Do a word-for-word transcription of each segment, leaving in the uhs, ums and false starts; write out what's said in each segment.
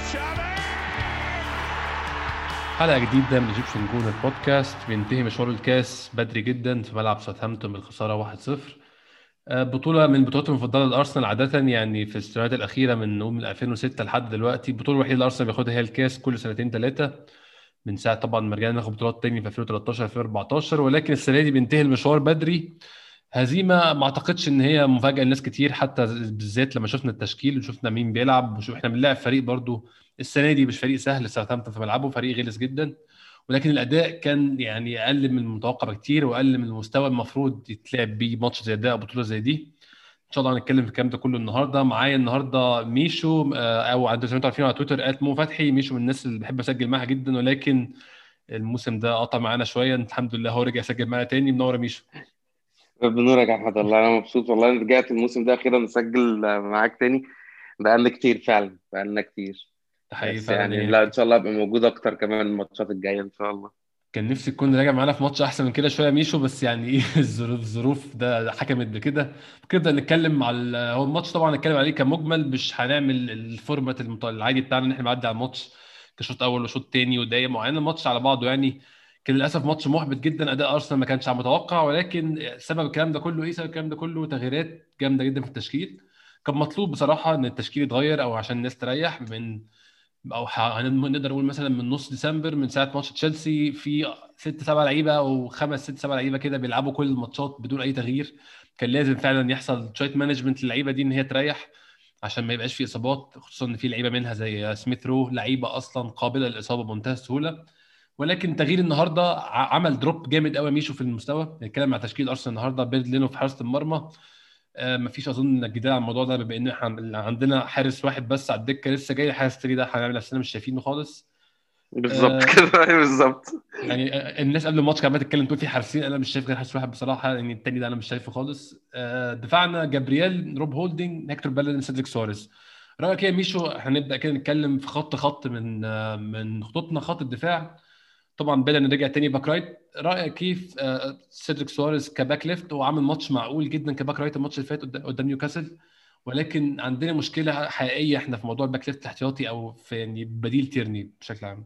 حلقة جديدة من ايجيبشن جون البودكاست. بينتهي مشوار الكاس بدري جدا في ملعب ساوثهامبتون بالخسارة واحد صفر. آه، بطولة من البطولات المفضلة لأرسنال عادة، يعني في السنوات الأخيرة من نقول من ألفين وستة لحد دلوقتي. البطولة الوحيدة اللي أرسنال بياخدها هي الكاس كل سنتين ثلاثة، من ساعة طبعا ما رجعنا ناخد بطولات تاني في ألفين وتلتاشر ألفين وأربعتاشر. ولكن السنة دي بينتهي المشوار بدري. هزيمة ما أعتقدش إن هي مفاجأة لناس كتير، حتى بالذات لما شفنا التشكيل وشفنا مين بيلعب وشوف إحنا بنلاعب فريق برضو السنة دي مش فريق سهل. ساوثهامبتون في ملعبه فريق غلس جدا، ولكن الاداء كان يعني اقل من المتوقع بكتير واقل من المستوى المفروض يتلعب بيه ماتش زي ده او بطوله زي دي. ان شاء الله هنتكلم في الكلام ده كله النهارده. معايا النهارده ميشو، آه، او عند زي ما انتم عارفين على تويتر ات مو فتحي. ميشو من الناس اللي بحب اسجل معاها جدا، ولكن الموسم ده قطع معانا شويه. الحمد لله هو رجع يسجل معانا تاني. منور يا ميشو. بنورك يا احمد، والله انا مبسوط، والله انا رجعت الموسم ده اخيرا نسجل معاك تاني. بقالنا كتير فعلا، بقالنا كتير. ده حقيقي بس فعلا يعني لا، ان يعني. شاء الله ابقى موجود اكتر كمان الماتشات الجايه ان شاء الله. كان نفسي تكون راجع معانا في ماتش احسن من كده شويه ميشو، بس يعني ايه الظروف الظروف ده حكمت بكده. كده نتكلم على ال- هو الماتش طبعا نتكلم عليه كمجمل، مش هنعمل الفورمات المط- العادي بتاعنا ان احنا بنعدي على الماتش كشوط اول وشوط تاني ودقايق معينه. الماتش على بعضه يعني كان للاسف ماتش محبط جدا. اداء ارسنال ما كانش على متوقع، ولكن سبب الكلام ده كله ايه؟ سبب الكلام ده كله تغييرات جامده جدا في التشكيل. كان مطلوب بصراحه ان التشكيل يتغير، او عشان الناس تريح من او ح- هن- نقدر نقول مثلا من نص ديسمبر، من ساعه ماتش تشيلسي، في ست سبع لعيبه او خمس ست سبع لعيبه كده بيلعبوا كل الماتشات بدون اي تغيير. كان لازم فعلا يحصل شويه مانجمنت للعيبه دي ان هي تريح عشان ما يبقاش في اصابات، خصوصا ان في لعيبه منها زي سميث رو لعيبه اصلا قابله للاصابه بمنتهى السهوله. ولكن تغيير النهارده ع- عمل دروب جامد قوي ميشو في المستوى. نتكلم مع تشكيل ارسنال النهارده: بيرد لينو في حراسه المرمى. آه، مفيش اظن جدال على الموضوع ده، بما ان احنا عندنا حارس واحد بس على الدكه لسه جاي. الحارس التاني ده هنعمل نفسنا مش شايفينه خالص. بالظبط آه، كده. أيوة بالظبط. يعني آه، الناس قبل الماتش كانت بتتكلم تقول في حارسين، انا مش شايف غير حارس واحد بصراحه، يعني التاني ده انا مش شايفه خالص. آه، دفاعنا: جابرييل، روب هولدنج، هيكتور بيلرين، سيدريك سواريز. رايك ايه يا ميشو؟ هنبدا كده نتكلم في خط خط من آه، من خطوطنا. خط الدفاع طبعا بيلرين رجع تاني باك رايت. رايك كيف آه، سيدريك سواريز كباك ليفت؟ وعامل ماتش معقول جدا كباك رايت الماتش اللي فات قدام قدام نيوكاسل. ولكن عندنا مشكله حقيقيه احنا في موضوع الباك ليفت الاحتياطي، او في يعني بديل تيرني بشكل عام.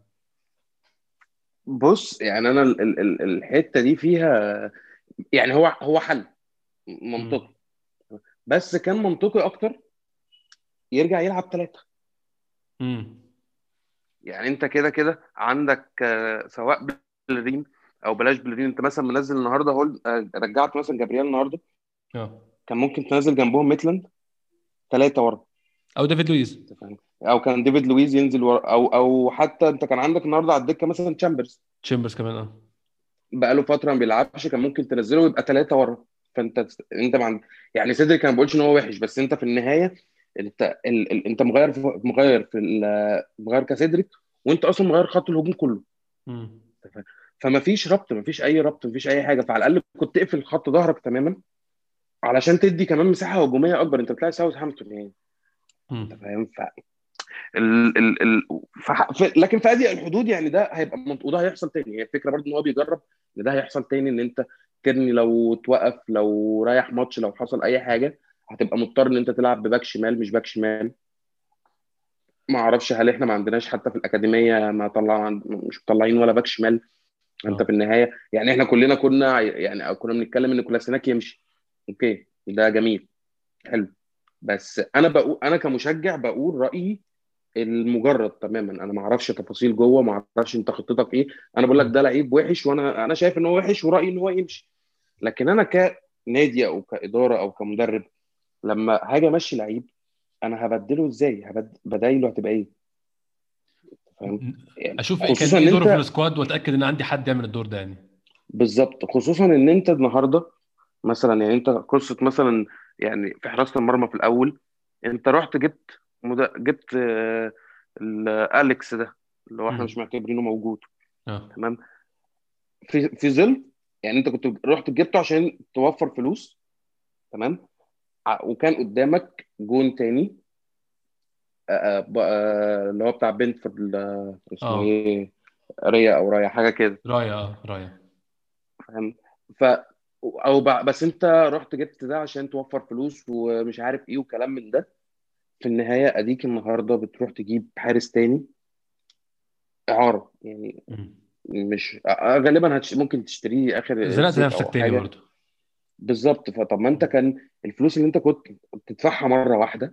بص يعني انا ال ال ال الحته دي فيها، يعني هو هو حل منطقي، بس كان منطقي اكتر يرجع يلعب ثلاثه. امم يعني انت كده كده عندك آه، سواء بلرين او بلاش بلرين. انت مثلا منزل النهارده هول، آه، رجعت مثلا جابرييل النهارده، اه، كان ممكن تنزل جنبهم ميتلاند ثلاثه ورا. او ديفيد لويز. انت فاهم؟ او كان ديفيد لويز ينزل ورا، او او حتى انت كان عندك النهارده على الدكه مثلا تشامبرز، تشامبرز كمان اه. بقى له فتره ما بيلعبش، كان ممكن تنزله ويبقى ثلاثه ورا. فانت انت مع، يعني سيدريك انا ما بقولش ان هو وحش، بس انت في النهايه انت ال... ال... انت مغير في... مغير في ال... مغير كسيدريك، وانت اصلا مغير خط الهجوم كله. امم أنت فاهم؟ فما فيش ربط، ما فيش اي ربط، ما فيش اي حاجه. فعلى الاقل كنت تقفل خط ظهرك تماما علشان تدي كمان مساحه هجوميه اكبر. انت بتلاقي ساوث هامبتون يعني. انت امم فاهم؟ ال ال ال فح... ف... لكن في هذه الحدود يعني ده هيبقى منط... وده هيحصل تاني. هي الفكره برضو ان هو بيجرب ان ده هيحصل تاني، ان انت كيرني لو توقف، لو رايح ماتش، لو حصل اي حاجه هتبقى مضطر ان انت تلعب بباك شمال مش باك شمال. ما اعرفش هل احنا ما عندناش حتى في الاكاديميه ما طلع، مش مطلعين ولا باك شمال. انت اه. في النهايه يعني احنا كلنا كنا يعني كنا بنتكلم ان كولاسيناك يمشي. اوكي ده جميل، حلو. بس انا بقول، انا كمشجع بقول رايي المجرد تماما. انا ما اعرفش تفاصيل جوه، ما اعرفش انت خطتك ايه. انا بقول لك مم. ده لعيب وحش، وانا انا شايف ان هو وحش ورايي ان هو يمشي. لكن انا كنادي او كاداره او كمدرب، لما هاجي امشي لعيب انا هبدله ازاي؟ هبد... بدايله هتبقى ايه؟ فاهم؟ يعني اشوف إيه كان خصوصا ايه ان دوره في انت، السكواد واتاكد ان عندي حد يعمل الدور ده يعني. بالظبط، خصوصا ان انت النهارده مثلا، يعني انت قصه مثلا، يعني في حراسه المرمى في الاول انت رحت جبت مد... جبت آه، ال- اليكس ده اللي هو احنا مش امم معتبرينه موجود. اه. تمام. في في ظل، يعني انت كنت رحت جبته عشان توفر فلوس. تمام. ع- وكان قدامك جون تاني، آه، آه، ب- آه، اللي هو بتاع بنتفورد، ال- اسمه اه، ايه، ريا او رايا حاجه كده. رايا اه رايا. فاهم؟ ف او ب- بس انت رحت جبت ده عشان توفر فلوس ومش عارف ايه وكلام من ده. في النهايه اديك النهارده بتروح تجيب حارس تاني اعاره يعني. مم. مش آه، غالبا هتش... ممكن تشتريه اخر زنقت الصيف نفسك او تاني حاجه. برضه. بالظبط. فطب ما انت كان الفلوس اللي انت كنت بتدفعها مره واحده،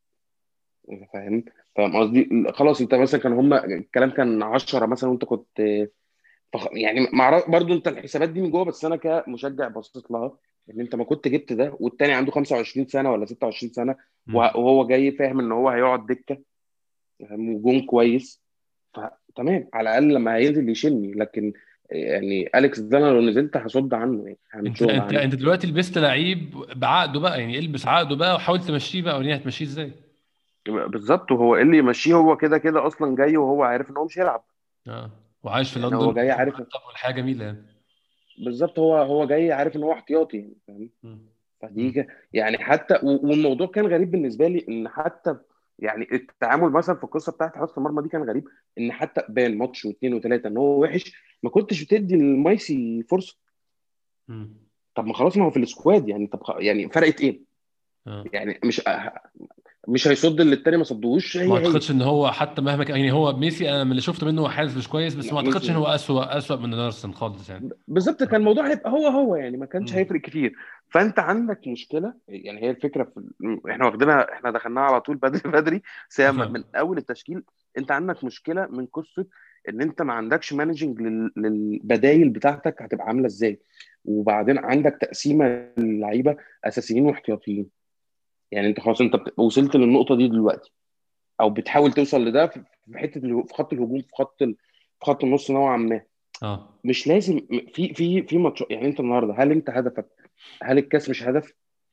فاهم؟ فاهم قصدي؟ خلاص انت مثلا كان هم الكلام كان عشرة مثلا وانت كنت فخ... يعني مع... برضو انت الحسابات دي من جوه، بس انا كمشجع بصيت لها ان انت ما كنت جبت ده والتاني عنده خمسة وعشرين سنه ولا ستة وعشرين سنه مم. وهو جاي فاهم ان هو هيقعد دكه، فاهم؟ وجون كويس، فتمام على الاقل لما هينزل يشيلني. لكن يعني اليكس ده انا لو نزلت هصد عنه، يعني هعمل انت شغل انت عنه. انت دلوقتي لبست لعيب بعقده بقى، يعني البس عقده بقى وحاول تمشيه بقى، وريني هتمشيه ازاي. بالظبط. وهو ايه اللي يمشيه؟ هو كده كده اصلا جاي وهو عارف ان هو مش هيلعب. اه، وعايش في يعني لندن هو جاي وفي عارف. مرتب والحياه جميله يعني. بالظبط. هو هو جاي عارف ان هو احتياطي يعني، فاهم؟ مم. فدي مم. ك- يعني حتى و- والموضوع كان غريب بالنسبه لي ان حتى يعني التعامل مثلا في القصه بتاعت حراسه المرمى دي كان غريب. ان حتى بان ماتش واثنين وثلاثه ان هو وحش، ما كنتش بتدي لمايسي فرصه. مم. طب ما خلاص، ما هو في السكواد يعني. طب خ- يعني فرقت ايه؟ اه، يعني مش مش هيصد اللي التاني ما صدوش، ما هي هي. اعتقدش ان هو حتى مهما كان، يعني هو ميسي انا من اللي شفته منه هو حارس مش كويس، بس ما اعتقدش ان مش هو اسوأ اسوأ من نارسن خالص يعني. بالظبط. كان الموضوع هيبقى هو هو يعني، ما كانش مم. هيفرق كتير. فانت عندك مشكله يعني. هي الفكره في ال- احنا واخدينها، احنا دخلناها على طول بدري بدري. بس هي من اول التشكيل انت عندك مشكله من قصه ان انت ما عندكش مانجنج للبدايل بتاعتك هتبقى عامله ازاي. وبعدين عندك تقسيمه للعيبه اساسيين واحتياطيين. يعني انت خلاص انت بت- وصلت للنقطه دي دلوقتي، او بتحاول توصل لده في في حته الهجو- في خط الهجوم، في خط ال- في خط النص نوعا ما. اه، مش لازم في في في ماتش يعني. انت النهارده هل انت هدفك، هل الكاس مش هدف؟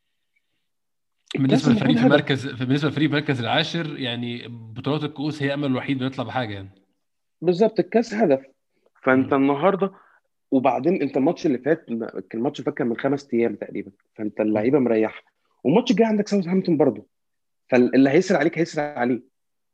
الكاس بالنسبه المفروض للفريق في هدف. مركز بالنسبه للفريق في المركز العاشر، يعني بطولات الكؤوس هي امل الوحيد بنطلع بحاجه يعني. بالظبط الكاس هدف. فانت مم. النهارده، وبعدين انت الماتش اللي فات كان الماتش اللي فات كان من خمس ايام تقريبا، فانت مم. اللعيبه مريحه. والماتش الجاي عندك ساوثهامبتون برضه، فاللي هيسرع عليك هيسرع عليه.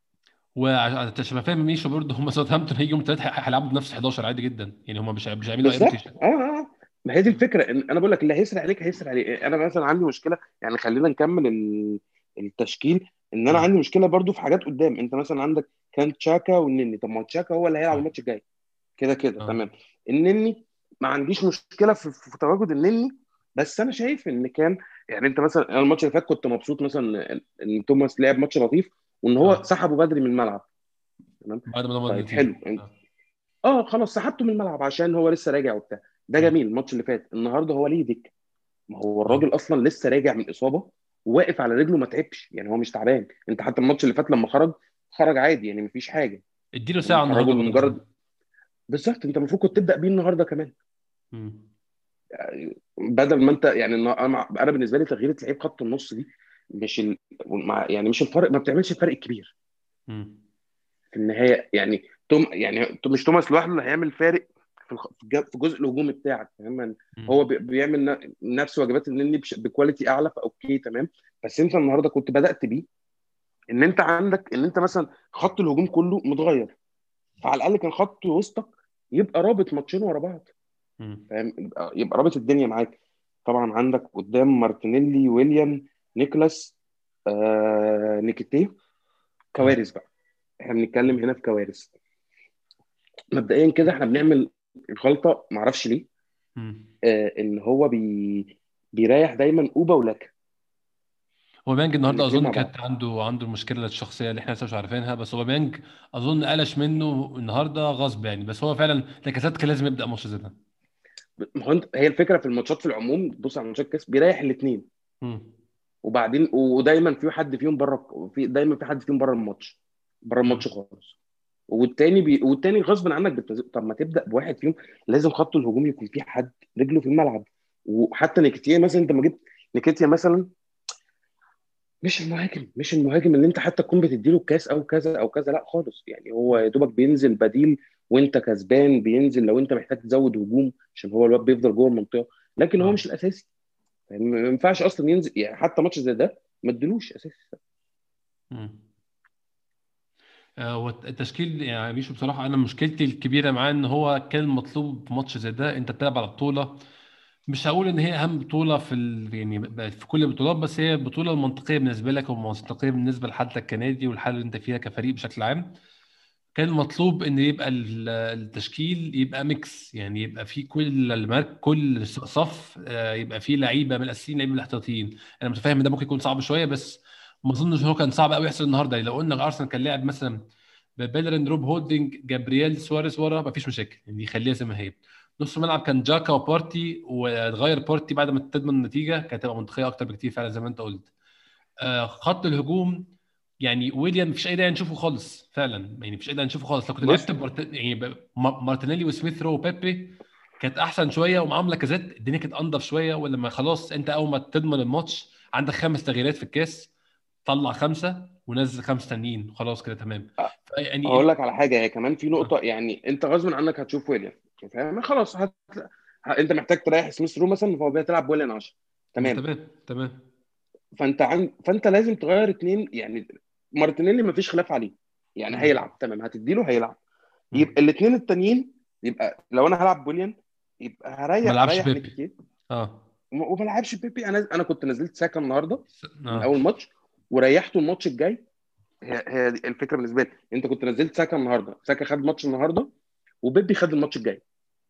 وعشان ما فاهم ميشو برضه، هم ساوثهامبتون هيجي يوم الثلاث هيلعبوا بنفس حداشر عادي جدا، يعني هم مش مش هيعملوا اي بالظبط. روتيشن. اه اه آه. ما هي دي الفكره. إن انا بقول لك اللي هيسرع عليك هيسرع عليه. انا مثلا عندي مشكله يعني. خلينا نكمل ال- التشكيل. ان انا مم. عندي مشكله برضو في حاجات قدام. انت مثلا عندك كان تشاكا والنني. طب ما هو تشاكا هو اللي هيلعب صح. الماتش الجاي كده كده اه. تمام. النني ما عنديش مشكله في, في تواجد النني. بس انا شايف ان كان يعني انت مثلا، انا الماتش اللي فات كنت مبسوط مثلا ان إن توماس لعب ماتش لطيف وان هو اه، سحبه بدري من الملعب. تمام. بعد ما ضمن طيب النتيجه. حلو. انت اه. اه خلاص سحبته من الملعب عشان هو لسه راجع وبتاع. ده مم. جميل. الماتش اللي فات النهارده هو ليه دكه؟ ما هو اه، الراجل اصلا لسه راجع من اصابه وواقف على رجله، ما تعبش يعني. هو مش تعبان. انت حتى الماتش اللي فات لما خرج خرج عادي يعني، مفيش حاجه. اديله هم ساعه خرجوا النهارده برضه. لمجرد. بالظبط. انت المفروض كنت تبدا بيه النهارده كمان. مم. بدل ما انت يعني النا- انا انا بالنسبه لي تغيير لعيب خط النص دي مش ال... مع- يعني مش الفرق، ما بتعملش الفرق الكبير مم. في النهايه يعني. توم يعني توم- مش توماس لوحده اللي هيعمل فارق في الخ- في الج- في الجزء الهجومي بتاعك، تمام؟ مم. هو بي- بيعمل ن- نفس واجبات النني بش- بكواليتي اعلى، فاوكي تمام. بس انت النهارده كنت بدات بيه. ان انت عندك ان انت مثلا خط الهجوم كله متغير، فعلى الاقل كان خط وسطك يبقى رابط ماتشين ورا بعض، مم. فاهم؟ يبقى, يبقى رابط الدنيا معاك. طبعا عندك قدام مارتينيلي، ويليام، نيكلاس، آه نيكيتيه. اه. كوارث بقى. احنا بنتكلم هنا في كوارث. مبدئيا كده احنا بنعمل غلطه معرفش ليه. مم. آه ان هو بي بيريح دايما اوبا ولاكا هو بيانج النهارده الاثنين اظن مع كانت بعض. عنده عنده المشكله الشخصيه اللي احنا لسه مش عارفينها، بس هو بيانج اظن قلش منه النهارده غصب يعني، بس هو فعلا لاكازيت كان لازم يبدا ماتش زي ده. ما هو انت هي الفكره في الماتشات في العموم، بص على ماتشات الكاس بيريح الاثنين. مم. وبعدين ودايما في حد فيهم بره، في دايما في حد فيهم بره الماتش، بره مم. الماتش خالص. والتاني بي... والتاني غصب عنك بتنزل. طب ما تبدا بواحد فيهم. لازم خط الهجوم يكون فيه حد رجله في الملعب. وحتى نيكيتيا مثلا، انت ما جبت نيكيتيا مثلا، مش المهاجم مش المهاجم اللي انت حتى تكون بتديله الكاس او كذا او كذا، لا خالص يعني. هو مم. يا دوبك بينزل بديل وانت كسبان، بينزل لو انت محتاج تزود هجوم عشان هو الواد بيفضل جوه المنطقه. لكن هو اه. مش الاساسي. يعني ما ينفعش اصلا ينزل يعني. حتى ماتش زي ده ما ادلوش اساسي. مم. آه، والتشكيل يعني بيشو بصراحه انا مشكلتي الكبيره معاه ان هو كان مطلوب في ماتش زي ده، انت بتلعب على بطوله مش هقول ان هي اهم بطوله في ال... يعني ب- في كل البطولات، بس هي البطوله المنطقيه بالنسبه لك والمنطقيه بالنسبه لحالتك كنادي والحاله اللي انت فيها كفريق بشكل عام. كان مطلوب ان يبقى ال- التشكيل يبقى ميكس، يعني يبقى فيه كل المارك كل صف آه، يبقى فيه لعيبه من الاساسيين لعيبه من الاحتياطيين. انا متفاهم ان ده ممكن يكون صعب شويه، بس ما اظنش ان هو كان صعب قوي يحصل النهارده. يعني لو قلنا ارسنال كان لاعب مثلا بيلرين، روب هولدنج، جابرييل سواريز ورا، ما فيش مشاكل يعني، يخليها زي ما هي. نص الملعب كان جاكا وبارتي، وتغير بارتي بعد ما تضمن النتيجه كانت هتبقى منطقيه اكتر بكتير فعلا زي ما انت قلت. آه، خط الهجوم يعني ويليام مفيش اي داعي نشوفه خالص فعلا، يعني مفيش اي داعي نشوفه خالص. لو كنت بص لعبت بمارت... يعني ب- ما- مارتينيلي وسميث رو وبيبي كانت احسن شويه، ومعاهم لاكازيت الدنيا كانت انضف شويه. ولما خلاص انت اول ما تضمن الماتش عندك خمس تغييرات في الكاس، طلع خمسه ونزل خمسه تانيين وخلاص كده تمام. هقول يعني لك على حاجه، هي كمان في آه. نقطه، يعني انت غصب عنك هتشوف ويليام، فاهم؟ خلاص هت... ه- انت محتاج تريح سميث رو مثلا، فهو بيلعب ويليام عشرة، ما تمام. تمام تمام. فانت عن... فانت لازم تغير اتنين يعني. مارتينيلي مفيش خلاف عليه، يعني مم. هيلعب تمام، هتديله هيلعب. مم. يبقى الاثنين التانيين، يبقى لو انا هلعب بوليان يبقى ما هريح لعبش اريح بيبي. نكتير، اه. وما وما لعبش بيبي. انا انا كنت نزلت ساكا النهارده س- من اه. اول ماتش، وريحته الماتش الجاي. هي هي دي الفكره بالنسبه لي. انت كنت نزلت ساكا النهارده، ساكا خد ماتش النهارده، وبيبي خد الماتش الجاي،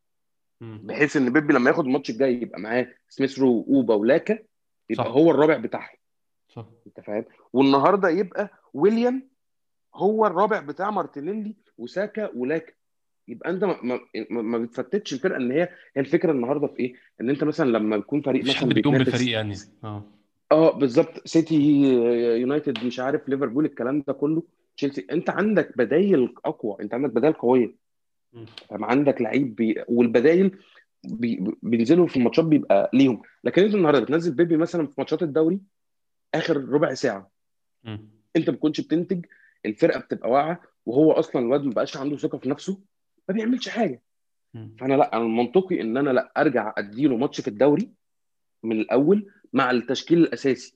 مم. بحيث ان بيبي لما ياخد الماتش الجاي يبقى معاه سميث رو واوبا ولاكا، يبقى صح هو الرابع بتاعهم. صح. انت فاهم؟ والنهارده يبقى ويليام هو الرابع بتاع مارتينيلي وساكا ولاكا. يبقى انت ما, ما, ما ما بتفتتش الفرقه. ان هي هي الفكره النهارده في ايه؟ ان انت مثلا لما يكون فريق مفيش حد مثلا بيقوم بالفريق بيتنافس، يعني. اه. اه بالظبط، سيتي، يونايتد، مش عارف، ليفربول، الكلام ده كله، تشيلسي، انت عندك بدايل اقوى، انت عندك بدايل قويه. مم. فما عندك لعيب بي... والبدايل بي... بينزلوا في الماتشات بيبقى ليهم. لكن انت النهارده بتنزل بيبي مثلا في ماتشات الدوري اخر ربع ساعه، مم. انت ما بتكونش بتنتج، الفرقه بتبقى واقعه، وهو اصلا الواد ما بقاش عنده ثقه في نفسه، ما بيعملش حاجه. مم. فانا لا، انا المنطقي ان انا لا ارجع اديله ماتش في الدوري من الاول مع التشكيل الاساسي،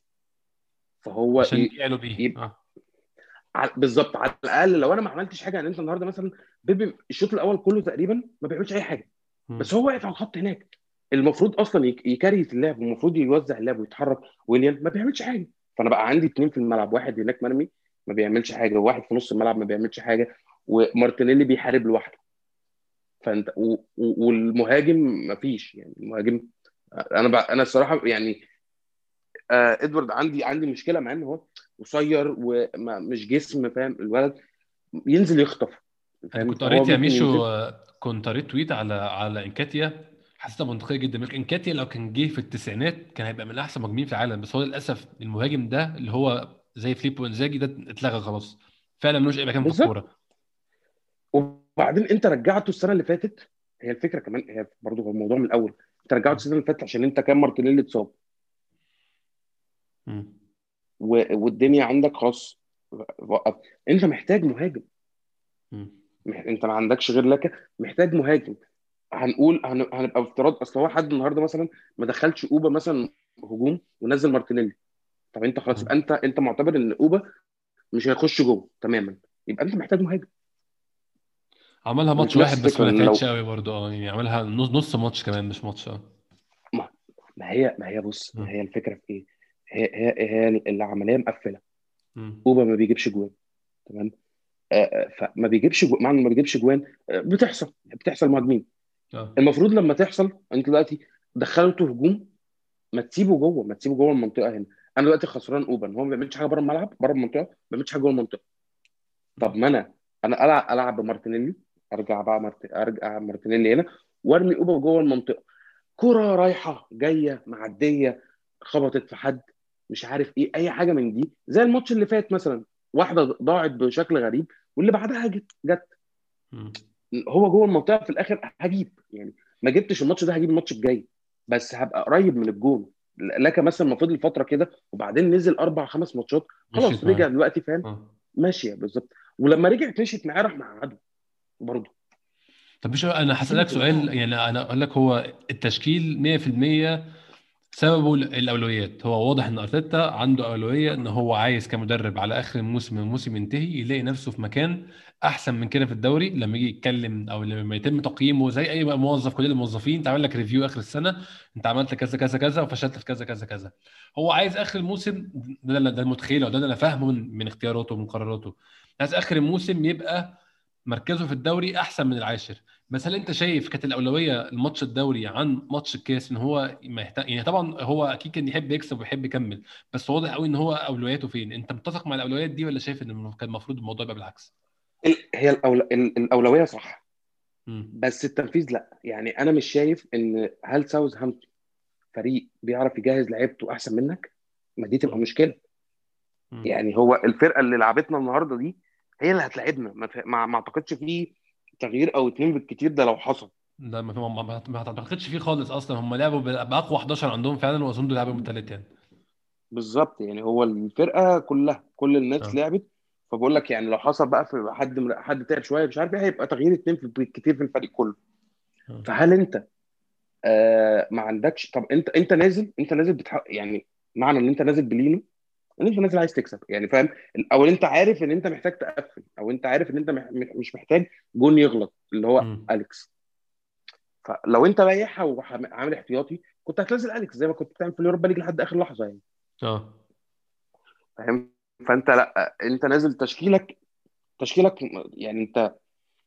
فهو عشان ي- يعلو بيه يبقى اه. ع- بالظبط. على الاقل لو انا ما عملتش حاجه، يعني انت النهارده مثلا بيبي الشوط الاول كله تقريبا ما بيعملش اي حاجه، مم. بس هو واقف على الخط هناك، المفروض اصلا يك- يكريت اللعب، والمفروض يوزع اللعب ويتحرك. ويليام ما بيعملش حاجه. فانا بقى عندي اتنين في الملعب، واحد هناك مرمي ما بيعملش حاجه، وواحد في نص الملعب ما بيعملش حاجه، ومارتينيلي بيحارب لوحده. فانت و... و... والمهاجم ما فيش، يعني المهاجم، انا بقى انا الصراحه يعني، آه ادوارد عندي عندي مشكله معاه ان هو قصير ومش جسم، فاهم؟ الولد ينزل يخطف، انا فاهم؟ كنت فهو قريت يا ممكن ميشو ينزل. آه، كنت قريت تويت على على انكاتيا، حسيتها منطقيه جدا. ممكن انكاتيا لو كان جه في التسعينات كان هيبقى من احسن مهاجمين في العالم، بس هو للاسف المهاجم ده اللي هو زي فليبو انزاجي ده اتلغى خلاص، فعلا ملوش اي مكان في بالظبط. الكوره. وبعدين انت رجعته السنه اللي فاتت، هي الفكره كمان، هي برضه هو الموضوع من الاول. انت رجعته مم. السنه اللي فاتت عشان انت كان مارتينيلي اتصاب، مم. و- والدنيا عندك خلاص وقف. انت محتاج مهاجم، مم. مح... انت ما عندكش غير لك، محتاج مهاجم. هنقول هن... هنبقى افتراض، اصل هو حد النهارده مثلا ما دخلش اوبا مثلا هجوم ونزل مارتينيلي، طب انت خلاص، مم. يبقى انت انت معتبر ان اوبا مش هيخش جوه تماما، يبقى انت محتاج مهاجم. عملها ماتش نفس واحد بس الفكره ما ان نفعتش لو قوي برضه اه، يعني عملها نص نص ماتش كمان مش ماتش اه. ما, ما هي ما هي بص، ما مم. هي الفكره في ايه؟ هي هي هي العمليه مقفله. مم. اوبا ما بيجيبش جوان، تمام. آه، آه، فما بيجيبش جو... معنى ما بيجيبش جوان، آه، بتحصل بتحصل مهاجمين. اه. المفروض لما تحصل انت دلوقتي دخلته هجوم، ما تسيبه جوه، ما تسيبه جوه المنطقه هنا. انا دلوقتي خسران اوبا، هو ما بيعملش حاجه بره الملعب، بره المنطقه، ما بيعملش حاجه جوه المنطقه. طب مم. ما انا انا العب العب بمارتينيلي، ارجع بقى مرت... ارجع مارتينيلي هنا، وارمي اوبا جوه المنطقه، كرة رايحة جاية معدية، خبطت في حد، مش عارف ايه، اي حاجة من دي، زي الماتش اللي فات مثلا، واحدة ضاعت بشكل غريب، واللي بعدها جت جت مم. هو جوه المنطقة في الاخر هجيب يعني. ما جبتش الماتش ده، هجيب الماتش الجاي، بس هبقى قريب من الجون. لك مثلا ما فضل فترة كده، وبعدين نزل اربع خمس ماتشات، خلاص مشيت رجع معاه دلوقتي، فاهم؟ اه. ماشية بالظبط. ولما رجعت مشيت معاه، راح مقعده برضه. طب مش انا دي هسألك كلها. سؤال، يعني انا اقول لك هو التشكيل مية في المية سببه الاولويات. هو واضح ان ارتيتا عنده اولويه ان هو عايز كمدرب على اخر الموسم، الموسم ينتهي يلاقي نفسه في مكان احسن من كده في الدوري، لما يجي يتكلم او لما يتم تقييمه زي اي بقى موظف. كل الموظفين تعمل لك ريفيو اخر السنه، انت عملت كذا كذا كذا وفشلت في كذا كذا كذا. هو عايز اخر الموسم، ده ده ده المتخيل، وده اللي انا فاهمه من من اختياراته ومن قراراته، عايز اخر الموسم يبقى مركزه في الدوري احسن من العاشر. بس هل انت شايف كانت الاولويه الماتش الدوري عن ماتش الكاس؟ ان هو ما يحتاج يعني، طبعا هو اكيد كان يحب يكسب ويحب يكمل، بس واضح قوي ان هو اولوياته فين. انت متفق مع الاولويات دي ولا شايف ان كان المفروض الموضوع يبقى بالعكس؟ ال- هي الأول... ال- الاولويه صح، امم. بس التنفيذ لا. يعني انا مش شايف ان هل ساوثهامبتون فريق بيعرف يجهز لعيبته احسن منك؟ ما دي تبقى امم. مشكله. امم. يعني هو الفرقه اللي لعبتنا النهارده دي هي اللي هتلاعبنا. ما, ف... ما... ما اعتقدش فيه تغيير او اتنين بالكتير ده لو حصل. لا، ما ما ما ما اعتقدش فيه خالص اصلا. هم لعبوا ب- باقوى حداشر عندهم فعلا، واظن دول لعبوا بالثالث يعني. بالظبط، يعني هو الفرقه كلها كل الناس اه. لعبت. فبقول لك يعني لو حصل بقى في حد حد تعب شويه مش عارف ايه، هيبقى تغيير اتنين في بالكتير في الفريق كله. اه. فهل انت آه ما عندكش؟ طب انت انت نازل انت نازل بتحق يعني. معنى ان انت نازل بلينو ان انت نازل عايز تكسب، يعني فاهم؟ او انت عارف ان انت محتاج تقفل، او انت عارف ان انت مح... مح- مش محتاج جون يغلط اللي هو امم. اليكس. فلو انت بايعها وعامل احتياطي كنت هتنزل اليكس زي ما كنت بتعمل في اليوروبا ليج لحد اخر لحظه يعني. اه. فاهم؟ فانت لا، انت نازل تشكيلك تشكيلك يعني انت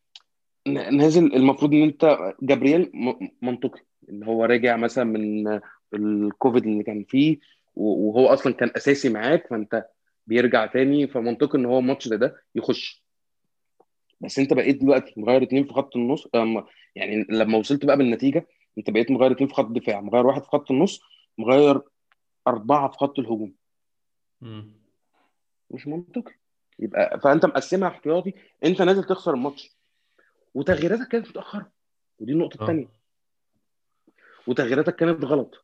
ن- نازل المفروض ان انت جابرييل م- منطقي ان هو راجع مثلا من الكوفيد اللي كان فيه، و- وهو اصلا كان اساسي معاك، فانت بيرجع تاني، فمنطقي ان هو ماتش زي ده يخش. بس انت بقيت دلوقتي مغير اتنين في خط النص. أم- يعني لما وصلت بقى بالنتيجه انت بقيت مغير اتنين في خط الدفاع، مغير واحد في خط النص، مغير اربعه في خط الهجوم. امم. مش منطقي. يبقى فانت مقسمها احتياطي، انت نازل تخسر الماتش وتغييراتك كانت متاخره. ودي النقطه اه. الثانيه، وتغييراتك كانت غلط.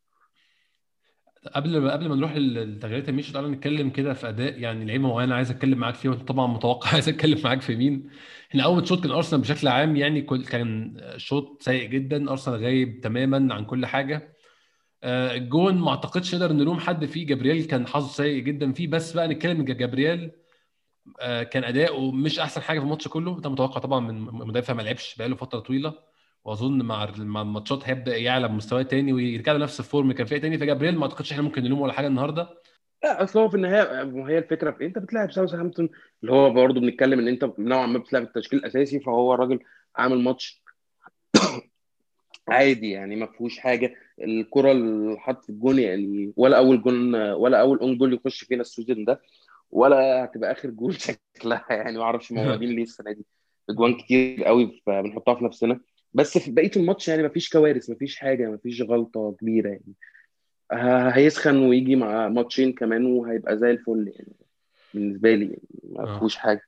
قبل ما قبل ما نروح للتغييرات يا ميشو، تعالى نتكلم كده في اداء يعني لعيبه معينه عايز اتكلم معاك فيه، وانت طبعا متوقع عايز اتكلم معاك في مين. احنا اول شوط كان ارسنال بشكل عام يعني كل كان شوط سيء جدا، ارسنال غايب تماما عن كل حاجه. آه، الجون ما اعتقدش نقدر نلوم حد فيه، جابرييل كان حظه سيء جدا فيه. بس بقى نتكلم ان جابرييل آه، كان اداؤه مش احسن حاجه في الماتش كله. انت متوقع طبعا من مدافع ما لعبش بقاله فتره طويله، واظن مع مع الماتشات هيبدا يعلى مستواه تاني ويرجع لنفس الفورم اللي كان فيها تاني. فجابرييل ما اعتقدش احنا ممكن نلومه ولا حاجه النهارده. لا، اصل هو في النهايه، ما هي الفكره في إيه؟ انت بتلاعب ساوثهامبتون اللي هو برضه بنتكلم ان انت نوعا ما بتلعب التشكيل الاساسي، فهو الراجل عامل ماتش عادي يعني ما فيهوش حاجه. الكره اللي حط في الجون يعني ولا اول جون ولا اول اون جول يخش فينا السيزون ده، ولا هتبقى اخر جول شكلها يعني. ما اعرفش موعودين ليه السنه دي اجوان كتير قوي بنحطها في نفسنا. بس في بقيه الماتش يعني ما فيش كوارث، ما فيش حاجه، ما فيش غلطه كبيره يعني. ه- هيسخن ويجي مع ماتشين كمان وهيبقى زي الفل يعني. بالنسبه لي يعني ما اه. فيهوش حاجه.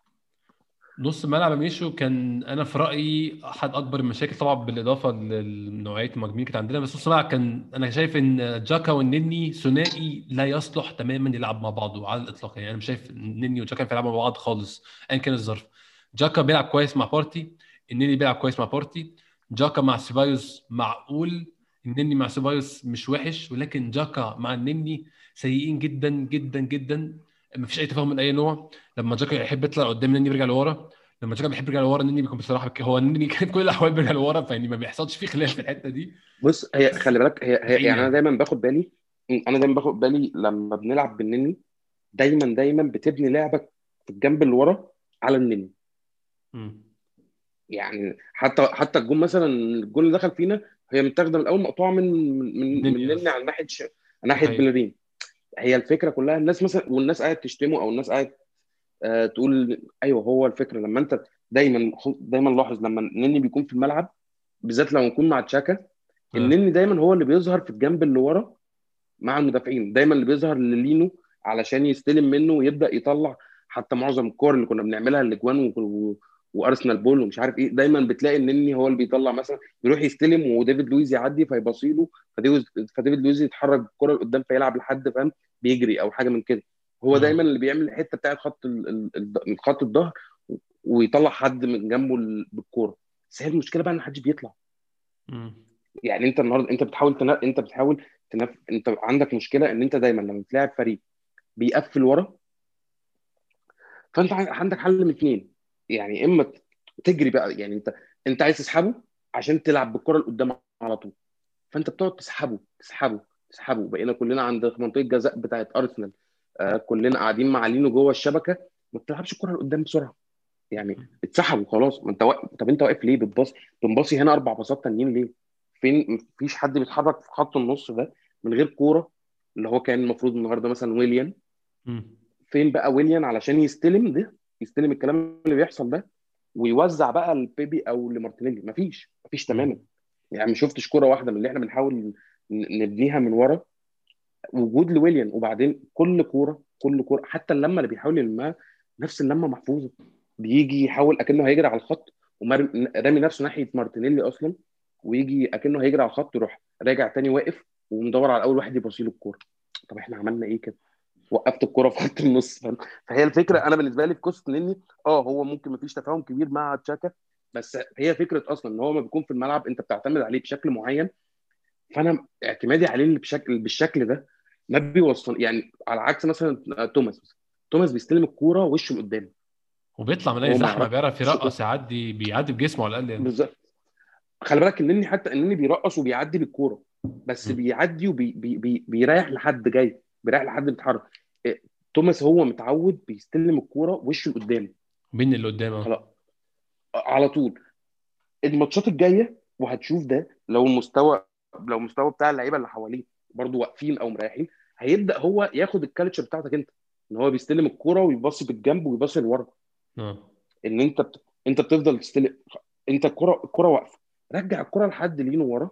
نص الملعب يا ميشو كان انا في رايي احد اكبر المشاكل، طبعا بالاضافه لنوعيه المهاجمين اللي كانت عندنا. بس نص الملعب كان انا شايف ان جاكا والنني ثنائي لا يصلح تماما يلعب مع بعضه على الاطلاق يعني. انا مش شايف النني وجاكا يلعبوا مع بعض خالص ايا كان الظرف. جاكا بيلعب كويس مع بارتي، النني بيلعب كويس مع بارتي. جاكا مع سيبايوس معقول، النني مع سيبايوس مش وحش، ولكن جاكا مع النني سيئين جدا جدا جدا. مفيش اي تفاهم من اي نوع. لما جاكا يحب يطلع قدام النني بيرجع لورا، لما جاكا بيحب يرجع لورا النني بيكون بصراحه بك- هو النني كان في كل الاحوال بيرجع لورا، فيعني ما بيحصلش فيه خلاف في الحته دي. بص، هي بس خلي بالك، هي, هي سيئين يعني انا يعني. دايما باخد بالي انا دايما باخد بالي لما بنلعب بالنني. دايما دايما بتبني لعبك في الجنب اللي ورا على النني. امم. يعني حتى حتى الجون مثلا، الجون اللي دخل فينا هي متاخده من الاول مقطوعه من من من النني نني بس. على ناحيه ش... دي ناحيه حقيقه. بلرين. هي الفكره كلها الناس مثلا، والناس قاعده تشتمه او الناس قاعده آه تقول ايوه هو الفكره لما انت دايما دايما لاحظ لما النني بيكون في الملعب، بالذات لما يكون مع تشاكا، اه. النني دايما هو اللي بيظهر في الجنب اللي ورا مع المدافعين، دايما اللي بيظهر للينو علشان يستلم منه ويبدا يطلع. حتى معظم الكور اللي كنا بنعملها الاجوان و... و... وارسنال بول ومش عارف ايه، دايما بتلاقي النني هو اللي بيطلع مثلا، يروح يستلم وديفيد لويز يعدي فيبصي له، فديفيد فديفيد لويز يتحرك الكره لقدام فيلعب لحد فاهم بيجري او حاجه من كده. هو دايما اه. اللي بيعمل الحته بتاعت خط ال... ال... ال- خط الظهر، ويطلع حد من جنبه ال- بالكوره. بس هي المشكله بقى ان محدش بيطلع. امم. يعني انت النهارده انت بتحاول تنا... انت بتحاول تنف... انت عندك مشكله ان انت دايما لما بتلاعب فريق بيقفل ورا، فانت عن- عندك حل من اتنين. يعني اما ت- تجري بقى، يعني انت انت عايز تسحبه عشان تلعب بالكره اللي قدام على طول، فانت بتقعد تسحبه تسحبه تسحبه. بقينا كلنا عند منطقه الجزاء بتاعت ارسنال، آه كلنا قاعدين معلينه جوه الشبكه، ما بتلعبش الكره اللي قدام بسرعه. يعني اتسحبوا خلاص، ما انت واقف. طب انت واقف ليه بتباص؟ بنباصي هنا اربع باصات تانيين ليه؟ فين؟ مفيش حد بيتحرك في خط النص ده من غير كوره، اللي هو كان المفروض النهارده مثلا ويليان. مم. فين بقى ويليان علشان يستلم ده، يستلم الكلام اللي بيحصل ده ويوزع بقى لبيبي او لمارتينيلي؟ مفيش مفيش تماما. مم. يعني ما شفتش كوره واحده من اللي احنا بنحاول ن- نبنيها من ورا وجود لويليان. وبعدين كل كوره كل كوره حتى اللمه اللي بيحاول يلمها نفس اللمه محفوظه، بيجي يحاول اكنه هيجري على الخط ورامي نفسه ناحيه مارتينيلي اصلا، ويجي اكنه هيجري على الخط يروح راجع تاني واقف ومدور على اول واحد يبصيله الكوره. طب احنا عملنا ايه كده؟ وقفت الكوره في خط النص، فاهم؟ فهي الفكره انا بالنسبه لي في قصه نني، اه هو ممكن ما فيش تفاهم كبير مع تشاكا، بس هي فكره اصلا ان هو ما بيكون في الملعب انت بتعتمد عليه بشكل معين. فانا اعتمادي عليه بشكل بالشكل ده ما بيوصل. يعني على عكس مثلا توماس مثلا، توماس بيستلم الكوره وشه لقدام، وبيطلع من اي هو ما زحمه بيعرف يعرفش. يرقص، يعدي بيعدي بجسمه على الاقل يعني. بالظبط. خلي بالك انني حتى انني بيرقص وبيعدي بالكوره، بس مم. بيعدي وبيريح وبي بي بيريح لحد جاي، بيريح لحد بيتحرك. إيه، توماس هو متعود بيستلم الكوره وشه لقدام مين اللي قدام؟ اه. خلاص على طول. الماتشات الجايه وهتشوف ده، لو المستوى لو المستوى بتاع اللعيبه اللي حواليه برضو واقفين او مريحين، هيبدا هو ياخد الكالتشر بتاعتك انت، ان هو بيستلم الكوره ويباصي بالجنب ويباصي لورا. اه. ان انت بت... انت بتفضل تستلم، انت الكوره الكوره واقفه، رجع الكوره لحد لينو ورا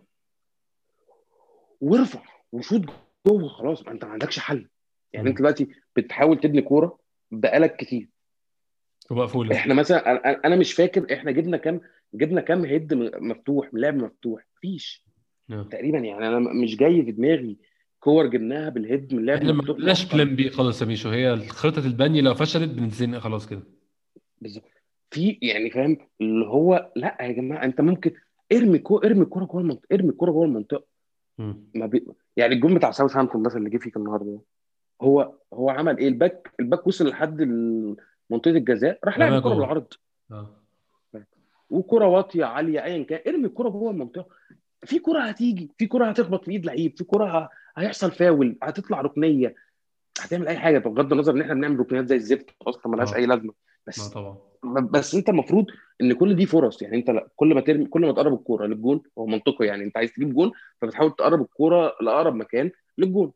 وارفع وشوط جوه خلاص، ما انت ما عندكش حل. يعني انت مم. دلوقتي بتحاول تبني كوره بقالك كتير. ومقفوله. احنا مثلا انا أنا مش فاكر احنا جبنا كام، جبنا كام هيد مفتوح من لعب مفتوح؟ مفيش اه. تقريبا. يعني انا مش جاي في دماغي كور جبناها بالهيد من لعب احنا ما مفتوح عندناش مؤخرا. بلان بي خالص يا ميشو، هي خطه البني لو فشلت بنتزنق خلاص كده. بالظبط. في يعني فاهم اللي هو لا يا جماعه، انت ممكن ارمي كو ارمي الكوره جوه المنطقه، ارمي الكوره جوه المنطقه. مم. ما بي... يعني الجون بتاع ساوثهامبتون مثلا اللي جه فيك النهارده ده، هو هو عمل ايه؟ الباك الباك وصل لحد ال- منطقه الجزاء، راح لعب رماها الكوره جوه. بالعرض. اه. وكرة واطيه عاليه ايا كان، ارمي الكوره جوه المنطقه. في كرة هتيجي، في كرة هتخبط في ايد لعيب، في كرة ه... هيحصل فاول، هتطلع ركنيه، هتعمل اي حاجه بغض النظر ان احنا بنعمل ركنيات زي الزفت اصلا ملهاش اي اه. لازمه. اه بس طبعا. بس انت المفروض ان كل دي فرص. يعني انت لا- كل ما ترمي كل ما تقرب الكوره للجون، هو منطقي يعني انت عايز تجيب جون، فبتحاول تقرب الكوره لاقرب مكان للجون.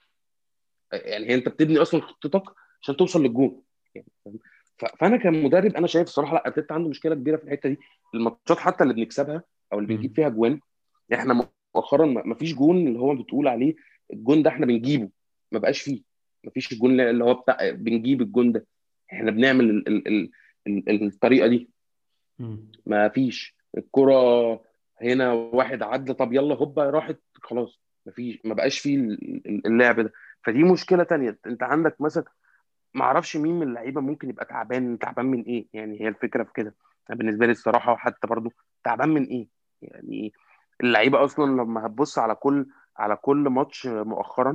يعني هي انت بتبني اصلا خطتك عشان توصل للجون. يعني فاهم؟ ف- فانا كمدرب انا شايف الصراحه لا، ارتيتا عنده مشكله كبيره في الحته دي. الماتشات حتى اللي بنكسبها او اللي بنجيب مم. فيها جوان، احنا مؤخرا ما ما فيش جون اللي هو بتقول عليه الجون ده احنا بنجيبه. ما بقاش فيه. ما فيش الجون اللي هو بتاع بنجيب الجون ده. احنا بنعمل ال ال ال ال الطريقه دي. مم. ما فيش الكرة هنا واحد عدى طب يلا هوبا راحت خلاص. ما فيش ما بقاش فيه ال- ال- اللعب ده. فدي مشكلة تانية. انت عندك مثلا ما اعرفش مين من اللعيبة ممكن يبقى تعبان، تعبان من ايه؟ يعني هي الفكرة في كده. أنا بالنسبة لي الصراحة حتى برضو تعبان من ايه؟ يعني اللعيبة اصلا لما هتبص على كل على كل ماتش مؤخرا،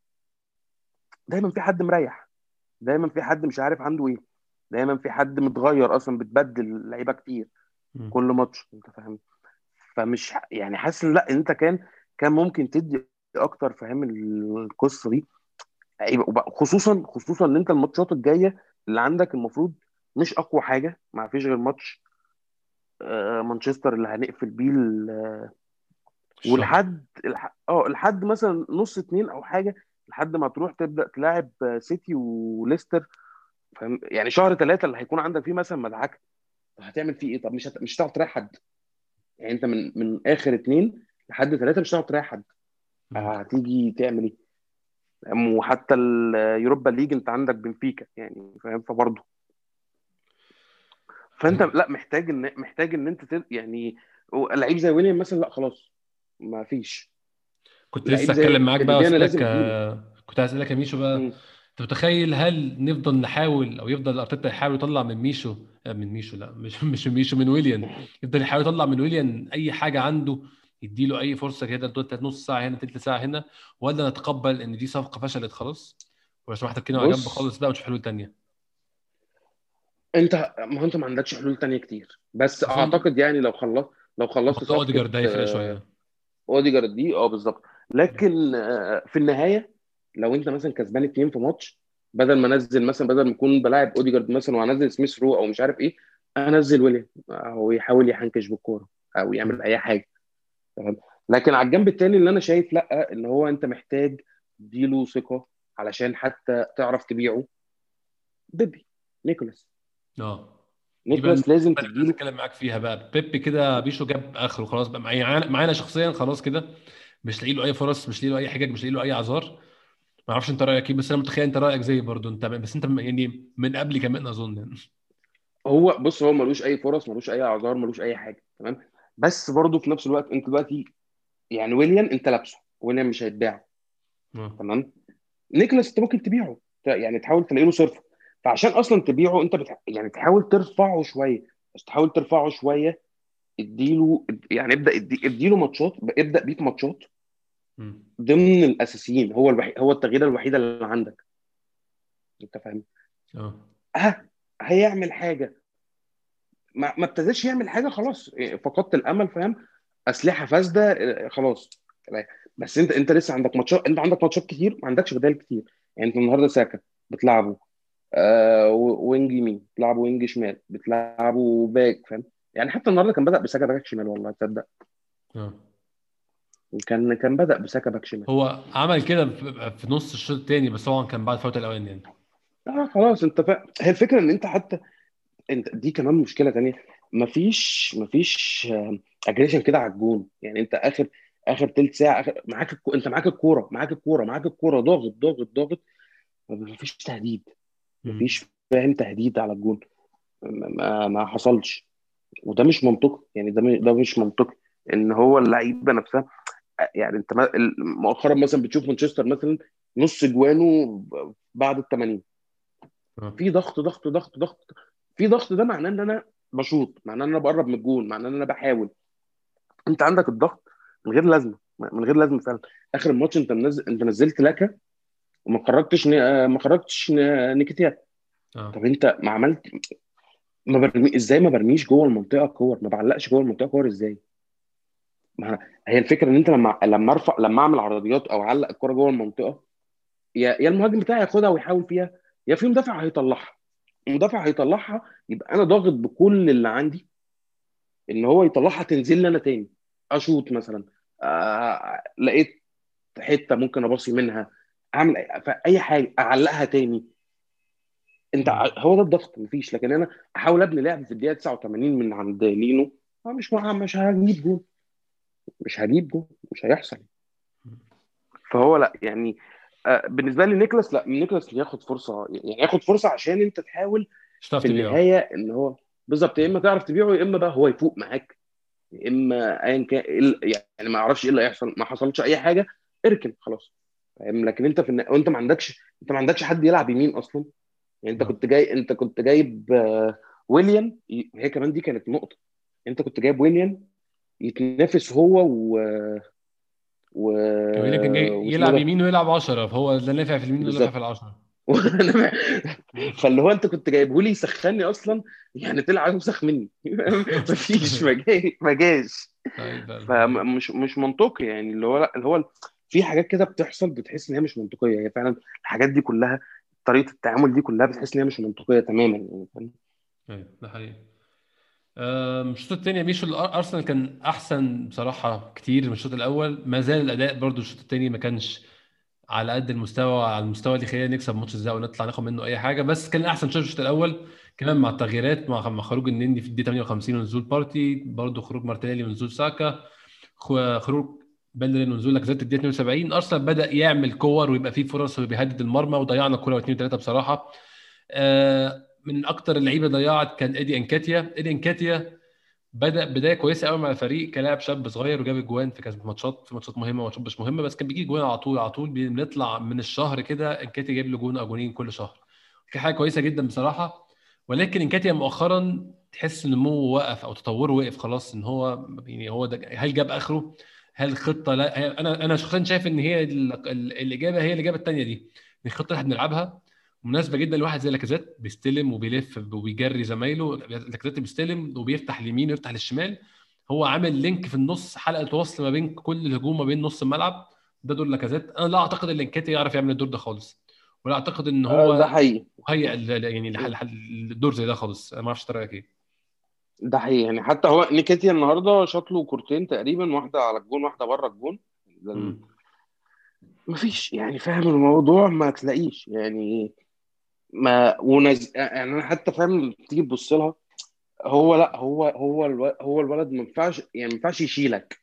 دايما في حد مريح، دايما في حد مش عارف عنده ايه، دايما في حد متغير اصلا، بتبدل لعيبة كتير مم. كل ماتش. انت فاهم؟ فمش يعني حاسس ان لا انت كان كان ممكن تدي اكتر فاهم القصه دي. هيبقى- وبقى- خصوصا خصوصا ان انت الماتشات الجايه اللي عندك المفروض مش اقوى حاجه، ما فيش غير ماتش آه، مانشستر اللي هنقفل بيه ال- الشهر. ولحد الح- اه لحد مثلا نص اتنين او حاجه، لحد ما تروح تبدا تلاعب آه، سيتي وليستر. فاهم؟ يعني شهر ثلاثه اللي هيكون عندك فيه مثلا مدعكه، هتعمل فيه ايه؟ طب مش هت... مش هتعرف تريح حد. يعني انت من من اخر اتنين لحد ثلاثه مش هتعرف تريح حد. مم. هتيجي تعمل ايه؟ وحتى اليوروبا ليج انت عندك بنفيكا يعني فاهم. فبرضه فانت طيب. لا محتاج ان محتاج ان انت تل... يعني لعيب زي ويليام مثلا لا خلاص ما فيش. كنت لعيب لسه زي اتكلم معاك بقى فيانا واسالك، لازم اديله. آه، كنت عايز اسالك يا ميشو بقى، مم. انت متخيل هل نفضل نحاول او يفضل ارتيتا يحاول يطلع من ميشو، آه، من ميشو لا مش مش من ميشو، من ويليان، يفضل يحاول يطلع من ويليان اي حاجه عنده يديله اي فرصه كده لمده نص ساعه هنا تلت ساعه هنا، ولا نتقبل ان دي صفقه فشلت خلاص ولو سمحت اركنه على جنب بص خالص بقى ونشوف حلول تانيه؟ انت، ما هو انت ما عندكش حلول تانية كتير، بس اظن اعتقد يعني لو خلصت لو خلصت برضه صفقة اوديجارد هيفرق آه، شويه. اوديجارد دي، اه بالظبط. لكن آه، في النهاية لو انت مثلا كسبان اتنين في ماتش، بدل ما انزل مثلا، بدل ما اكون بلاعب اوديجارد مثلا وانزل سميث رو او مش عارف ايه، انزل ويليام هو يحاول يحنكش بالكوره او يعمل مم. اي حاجه. تمام. لكن على الجنب التاني اللي انا شايف لا، ان هو انت محتاج تديله ثقه علشان حتى تعرف تبيعه. بيبي، نيكولاس. اه دي بقى نيكولاس لازم النقطة اللي كنت عايز تديله. اتكلم معاك فيها بقى. بيب كده بيشو جاب اخره خلاص بقى، معايا معانا شخصيا خلاص كده، مش لاقي له اي فرص، مش لاقي له اي حاجه، مش لاقي له اي اعذار. ما اعرفش انت رايك ايه، بس انا متخيل انت رايك زي برضه انت، بس انت يعني من قبل كمان اظن يعني. هو بص، هو ملوش اي فرص، ملوش اي اعذار، ملوش اي حاجه. تمام. بس برضه في نفس الوقت انت دلوقتي يعني ويليام انت لابسه، ويليام مش هيتباع. اه. تمام. نيكلاس انت ممكن تبيعه، ت- يعني تحاول تلاقي له صرفه. فعشان اصلا تبيعه انت بتح... يعني تحاول ترفعه شويه، بس تحاول ترفعه شويه. اديله يعني ابدا ادي... اديله ماتشات، ابدا بيه في ماتشات مم. ضمن الاساسيين. هو الوحيد، هو التغيير الوحيده اللي عندك. انت فاهم؟ اه. ها، هيعمل حاجه؟ ما ما ابتداش يعمل حاجه، خلاص إيه، فقدت الامل. فاهم؟ اسلحه فاسده، إيه، خلاص. بس انت انت لسه عندك ماتشات، انت عندك ماتشات كتير، ما عندكش بدائل كتير. يعني انت النهارده ساكا بتلعبه آه وينج يمين، بتلعبه وينج شمال، بتلعبه باك. فاهم؟ يعني حتى النهارده كان بدأ بساكا باك شمال، والله تصدق. اه كان كان بدأ بساكا باك شمال. هو عمل كده في في نص الشوط الثاني، بس طبعا كان بعد فوت الاوان يعني. اه خلاص انت فاهم. هي الفكره ان انت حتى، انت دي كمان مشكله تانيه. مفيش مفيش اجريشن كده على الجون. يعني انت اخر اخر تلت ساعه، آخر معاك الكو... انت معاك الكوره، معاك الكوره معاك الكوره ضاغط ضاغط ضاغط. مفيش تهديد. مم. مفيش فاهم تهديد على الجون. ما, ما ما حصلش. وده مش منطقي، يعني ده م- ده مش منطقي ان هو اللعيبه نفسها. يعني انت ما- ال- مؤخرا مثلا بتشوف مانشستر مثلا نص جوانه بعد ال ثمانين. اه. في ضغط ضغط ضغط ضغط. في ضغط، ده معناه ان انا بشوط، معناه ان انا بقرب من الجون، معناه ان انا بحاول. انت عندك الضغط من غير لازمه، من غير لازمه فعلا. اخر الماتش انت منزل، انت نزلت لاكا وما خرجتش ن- ما خرجتش ن- نيكيتيا. اه. طب انت ما عملت، ما برمي ازاي، ما برميش جوه المنطقه كور، ما بعلقش جوه المنطقه كور ازاي؟ ما هي الفكره ان انت لما لما ارفع، لما اعمل عرضيات او اعلق الكره جوه المنطقه، يا يا المهاجم بتاعي ياخدها ويحاول فيها، يا في مدافع هيطلعها. المدافع هيطلعها، يبقى انا ضاغط بكل اللي عندي ان هو يطلعها تنزل لي انا تاني. اشوط مثلا، آه لقيت حته ممكن اباصي منها، اعمل اي أي حاجه، اعلقها تاني. انت مم. ع- هو ده الضغط. مفيش. لكن انا احاول ابني لعب في الدقيقه تسعة وثمانين من عند لينو، آه مش مع- مش هجيب جول. مش هجيب جول، مش هيحصل. فهو لا يعني، آه، بالنسبه لي نيكلاس، لا نيكلاس ياخد فرصه، يعني ياخد فرصه عشان انت تحاول مش هتعرف في تبيعه. النهايه ان هو بالظبط. يا اما تعرف تبيعه، يا اما بقى هو يفوق معاك، يا اما ايا كان إيه ال- يعني ما اعرفش ايه اللي هيحصل. ما حصلش اي حاجه، اركن خلاص. فاهم؟ لكن انت في النهاية وانت ما عندكش، انت ما عندكش حد يلعب يمين اصلا. يعني انت اه. كنت جاي، انت كنت جايب آه، ويليام. ي- هي كمان دي كانت نقطه. انت كنت جايب ويليام يتنافس هو و و ويليام كان جاي واسمه يلعب ده. يمين ويلعب عشرة، فهو لا نافع في اليمين ولا نافع في بالظبط. العشرة. وأنا ب- فاللي هو انت كنت جايبه لي يسخني اصلا، يعني طلع اوسخ مني. مفيش، ما جاي ما جاش. ايوه فعلا. فمش مش منطقي، يعني اللي هو لا، اللي هو في حاجات كده بتحصل بتحس ان هي مش منطقيه. هي فعلا الحاجات دي كلها، طريقه التعامل دي كلها بتحس ان هي مش منطقيه تماما يعني. فاهم؟ ايوه ده حقيقي. آم، الشوط الثاني يا ميشو الأر- ارسنال كان احسن بصراحه كتير من الشوط الاول، ما زال الاداء برضو الشوط الثاني ما كانش على قد المستوى، على المستوى اللي خلينا نكسب ماتش ازاي ونطلع ناخد منه اي حاجه، بس كان احسن شوط الشوط الاول. كمان مع التغييرات، مع مع خروج النني في الدقيقه ثمانية وخمسين ونزول بارتي، برضو خروج مارتينيلي ونزول ساكا، خ- خروج بلرين ونزول لاكازيت الدقيقه اتنين وسبعين، ارسنال بدا يعمل كور ويبقى فيه فرص وبيهدد المرمى، وضيعنا كوره واثنين وثلاثه بصراحه. آه، من اكتر اللعيبه ضيعت كان ايدي انكاتيا. ايدي انكاتيا بدأ بداية كويسة قوي مع الفريق كلاعب شاب صغير، وجاب اجوان في كذا ماتشات، في ماتشات مهمة وماتشات مش مهمة، بس كان بيجي جوان على طول على طول. بنطلع من الشهر كده انكيتي جايب له جون او جونين كل شهر، كان حاجة كويسة جدا بصراحة. ولكن انكاتيا مؤخرا تحس ان نموه وقف او تطوره وقف خلاص، ان هو يعني هو ده، هل جاب اخره؟ هل الخطه، لا هي انا انا شخصيا شايف ان هي ال- ال- الاجابه هي الاجابه الثانيه دي. إن الخطه اللي احنا بنلعبها مناسبه جدا لواحد زي لاكازيت، بيستلم وبيلف وبيجري زمايله. لاكازيت بيستلم وبيفتح اليمين ويفتح للشمال، هو عامل لينك في النص، حلقه وصل ما بين كل الهجوم ما بين نص الملعب. ده دور لاكازيت. انا لا اعتقد ان انكاتيا يعرف يعمل الدور ده خالص، ولا اعتقد ان آه، ده هو حقيقي. مهيئ ل- يعني لحل حل الدور زي ده خالص. انا ما اعرفش رايك ايه. ده حقيقي يعني، حتى هو نيكيتيا النهارده شاط له كورتين تقريبا، واحده على الجون واحده بره الجون. ده امم. مفيش يعني، فاهم الموضوع ما تلاقيش يعني. ما ونز... يعني انا حتى فاهم لما تيجي تبص لها، هو لا هو هو الو... هو الولد ما ينفعش يعني، ما ينفعش يشيلك.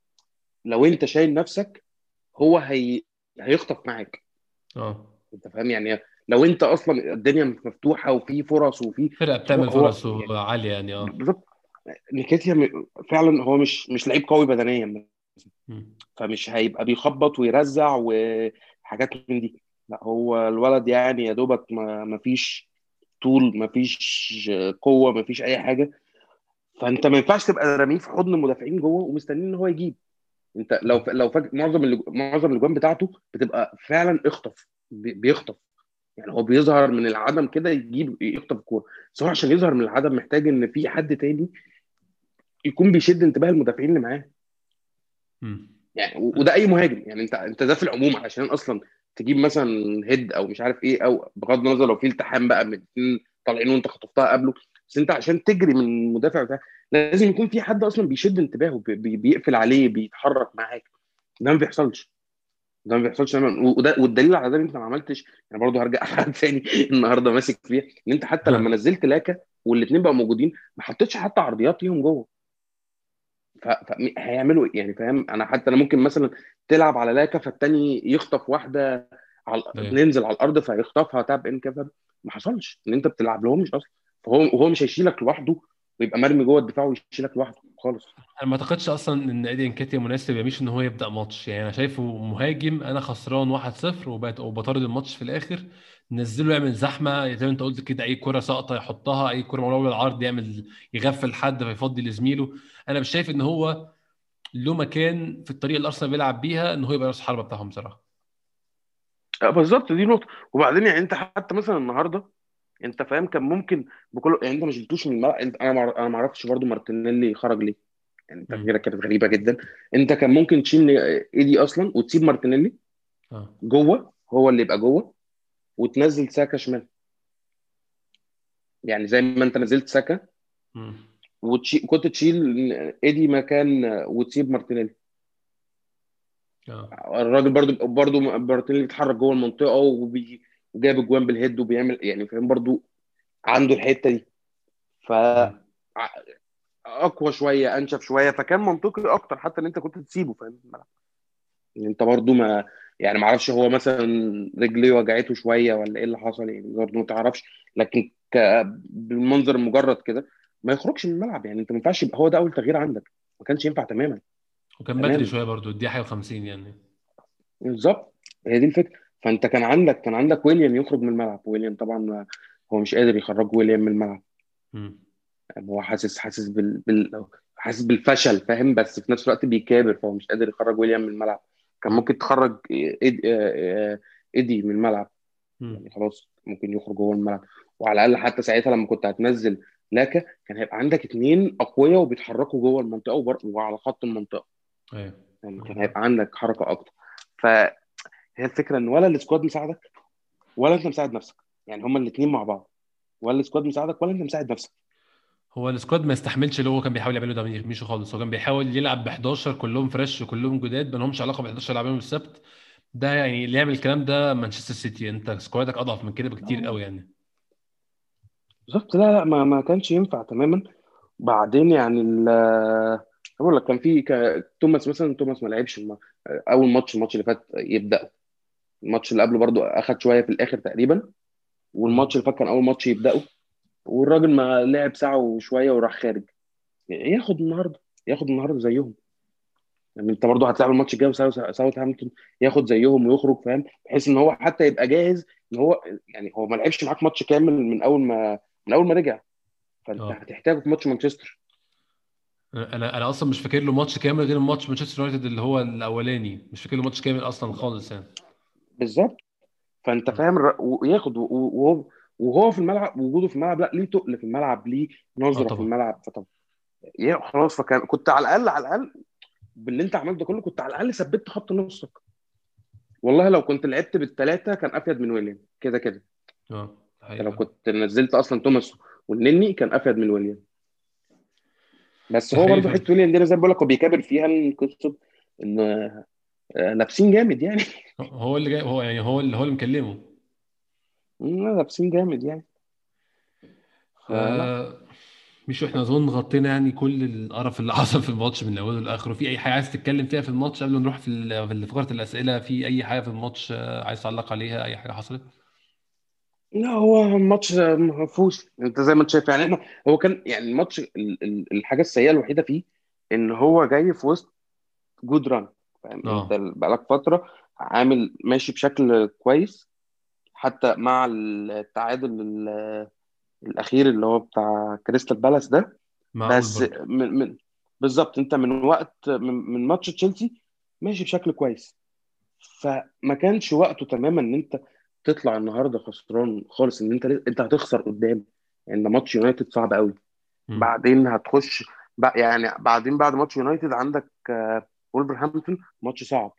لو انت شايل نفسك هو هي... هيخطف معاك. اه. انت فاهم يعني، لو انت اصلا الدنيا مفتوحه وفي فرص وفي، فرقه هو بتعمل هو فرص يعني عاليه يعني. اه. بالظبط. نيكيتيا م- فعلا هو مش مش لعيب قوي بدنيا، مم. فمش هيبقى بيخبط ويرزع وحاجات من دي. لا هو الولد يعني يا دوبك، ما ما فيش طول، ما فيش قوه، ما فيش اي حاجه. فانت ما ينفعش تبقى راميه في حضن المدافعين جوه ومستنيين ان هو يجيب. انت لو لو فاكر معظم اللي معظم الاجوان بتاعته بتبقى فعلا اخطف، بي- بيخطف. يعني هو بيظهر من العدم كده يجيب يخطف الكوره. بس هو عشان يظهر من العدم محتاج ان في حد تاني يكون بيشد انتباه المدافعين اللي معاه. مم. يعني و- وده اي مهاجم يعني، انت انت ده في العموم عشان اصلا تجيب مثلا هيد او مش عارف ايه، او بغض النظر لو في التحام بقى من اتنين طالعين وانت خطفتها قبله. بس انت عشان تجري من المدافع بتاعك لازم يكون في حد اصلا بيشد انتباهه، بي- بي- بيقفل عليه، بيتحرك معاك. ده ما بيحصلش. ده ما بيحصلش تماما. وده والدليل على ده ان انت ما عملتش. انا برضو هرجع لحد ثاني النهارده ماسك فيها، ان انت حتى لما ها. نزلت لاكا والاثنين بقوا موجودين ما حطيتش حتى عرضيات ليهم جوه. ف... فهيعملوا ايه يعني؟ فاهم انا حتى انا ممكن مثلا تلعب على لاكا فالتاني يخطف واحده على... ايوه. ننزل على الارض فيخطفها تاب ان كفر. ما حصلش ان انت بتلعب لهمش اصلا. فهو وهو مش هيشيلك لوحده ويبقى مرمي جوه الدفاع ويشيلك لوحده خالص. انا ما اعتقدش اصلا ان ايدي انكاتيا مناسب يا ميش ان هو يبدا ماتش. يعني انا شايفه مهاجم، انا خسران واحد صفر وبقت وبطارد الماتش في الاخر، نزله يعمل زحمه زي ما انت قلت كده، اي كره ساقطه يحطها، اي كره معموله بالعرض يعمل يغفل حد فيفضي لزميله. انا مش شايف ان هو له مكان في الطريقه اللي ارسنال بيلعب بيها ان هو يبقى راس حربه بتاعهم بصراحه. آه، بالظبط دي نقطه. وبعدين يعني انت حتى مثلا النهارده، انت فاهم كان ممكن بكل يعني، انت ما شلتوش من الملعب. انت انا ما انا ما اعرفش برضو مارتينيلي خرج ليه. يعني امم. التغييره كانت غريبه جدا. انت كان ممكن تشيل ايدي اصلا وتسيب مارتينيلي اه. جوه، هو اللي يبقى جوه، وتنزل ساكا شمال. يعني زي ما انت نزلت ساكا امم. وكنت تشيل ايدي مكان وتسيب مارتينيلي. اه. الراجل برضو برضو مارتينيلي بيتحرك جوه المنطقه وبي وجاب اجوان بالهيد وبيعمل يعني، فاهم برضو عنده الحته دي. ف ايوه. ع- اقوى شويه، انشف شويه، فكان منطقي اكتر حتى ان انت كنت تسيبه، فاهم الملعب. ان انت برضو ما يعني ما اعرفش هو مثلا رجليه وجعته شويه ولا ايه اللي حصل يعني، برضو ما تعرفش. لكن ك... بالمنظر المجرد كده ما يخرجش من الملعب يعني. انت ما ينفعش يبقى هو ده اول تغيير عندك. ما كانش ينفع تماما. وكان بدري تماما شويه برضو، الدقيقه حاجه و50 يعني. بالظبط. هي دي الفكره. فانت كان عندك كان عندك ويليام يخرج من الملعب. ويليام طبعا ما- هو مش قادر يخرج ويليام من الملعب. امم. يعني هو حاسس حاسس بال... بال... حاسس بالفشل، فاهم، بس في نفس الوقت بيكابر فهو مش قادر يخرج ويليام من الملعب. كان ممكن تخرج إيد... آه، آه، ايدي من الملعب. امم. يعني خلاص ممكن يخرج جوه الملعب. وعلى الاقل حتى ساعتها لما كنت هتنزل لاكا كان هيبقى عندك اتنين اقوياء وبيتحركوا جوه المنطقه وبر... وعلى خط المنطقه. ايوه. يعني كان ايوه. هيبقى عندك حركه اكتر. فهي الفكره ان ولا السكواد مساعدك ولا انت مساعد نفسك. يعني هما الاثنين مع بعض، ولا السكواد مساعدك ولا انت مساعد نفسك. هو السكواد ما يستحملش اللي هو كان بيحاول يعمله ده ميشو خالص. هو كان بيحاول يلعب ب احداشر كلهم فريش وكلهم جداد، ما لهمش علاقه ب احداشر لاعبين من السبت. ده يعني اللي يعمل الكلام ده مانشستر سيتي، انت سكوادك اضعف من كده بكتير آه، قوي يعني. بالظبط. لا لا ما, ما كانش ينفع تماما. بعدين يعني ال- بقول لك كان في ك- توماس مثلا. توماس ما لعبش الم- اول ماتش الماتش اللي فات يبدا. الماتش اللي قبله برضو اخد شويه في الاخر تقريبا. والماتش مم. اللي فات كان اول ماتش يبداه. والراجل ما لعب ساعه وشويه وراح خارج. ياخد النهارده ياخد النهارده زيهم. يعني انت برضو هتلعب الماتش الجاي وساوث ساوث هامبتون، ياخد زيهم ويخرج، فاهم، بحيث ان هو حتى يبقى جاهز. ان هو يعني هو ما لعبش معاك ماتش كامل من اول ما من اول ما رجع، فانت اه هتحتاجه في ماتش مانشستر. انا انا اصلا مش فاكر له ماتش كامل غير ماتش مانشستر يونايتد اللي هو الاولاني، مش فاكر له ماتش كامل اصلا خالص يعني. بالظبط. فانت م. فاهم الر- وياخد و- و- وهو وهو في الملعب، وجوده في الملعب لا ليه تقل في الملعب، ليه اه نظره في طبعا. الملعب. فطب يا خلاص، فكان كنت على الاقل على الاقل باللي انت عملته ده كله كنت على الاقل ثبت خط نصك. والله لو كنت لعبت بالثلاثه كان افيد من ويليام كده كده. اه انت لو حقيقة. كنت نزلت اصلا توماس والنني كان افيد من ويليام. بس ده هو حقيقي برضه فعلا. حته ويليام دي انا زي ما بقول لك هو بيكابر فيها القصه ان آه، لابسين جامد يعني. هو اللي جاي، هو يعني هو اللي هو اللي مكلمه. مم، لابسين جامد يعني. فلا. آه مش احنا اظن غطينا يعني كل القرف اللي حصل في الماتش من اوله لاخره. في اي حاجه عايز تتكلم فيها في الماتش قبل ما نروح في ال- في فقره الاسئله؟ في اي حاجه في الماتش آه، عايز تعلق عليها؟ اي حاجه حصلت؟ لا هو الماتش ما فيهوش، انت زي ما انت شايف يعني احنا. هو كان يعني الماتش ال- ال- الحاجه السيئه الوحيده فيه ان هو جاي في وسط جود ران. فاهم انت اه بقالك فتره عامل ماشي بشكل كويس، حتى مع التعادل ال- الاخير اللي هو بتاع كريستال بالاس ده. معقول بس برضه. من, من بالظبط انت من وقت من, من ماتش تشيلسي ماشي بشكل كويس. فما كانش وقته تماما ان انت تطلع النهارده خسران خالص، ان انت انت هتخسر قدام. يعني ده ماتش يونايتد صعب قوي. مم. بعدين هتخش بقى يعني بعدين بعد ماتش يونايتد عندك آه، وولفرهامبتون ماتش صعب.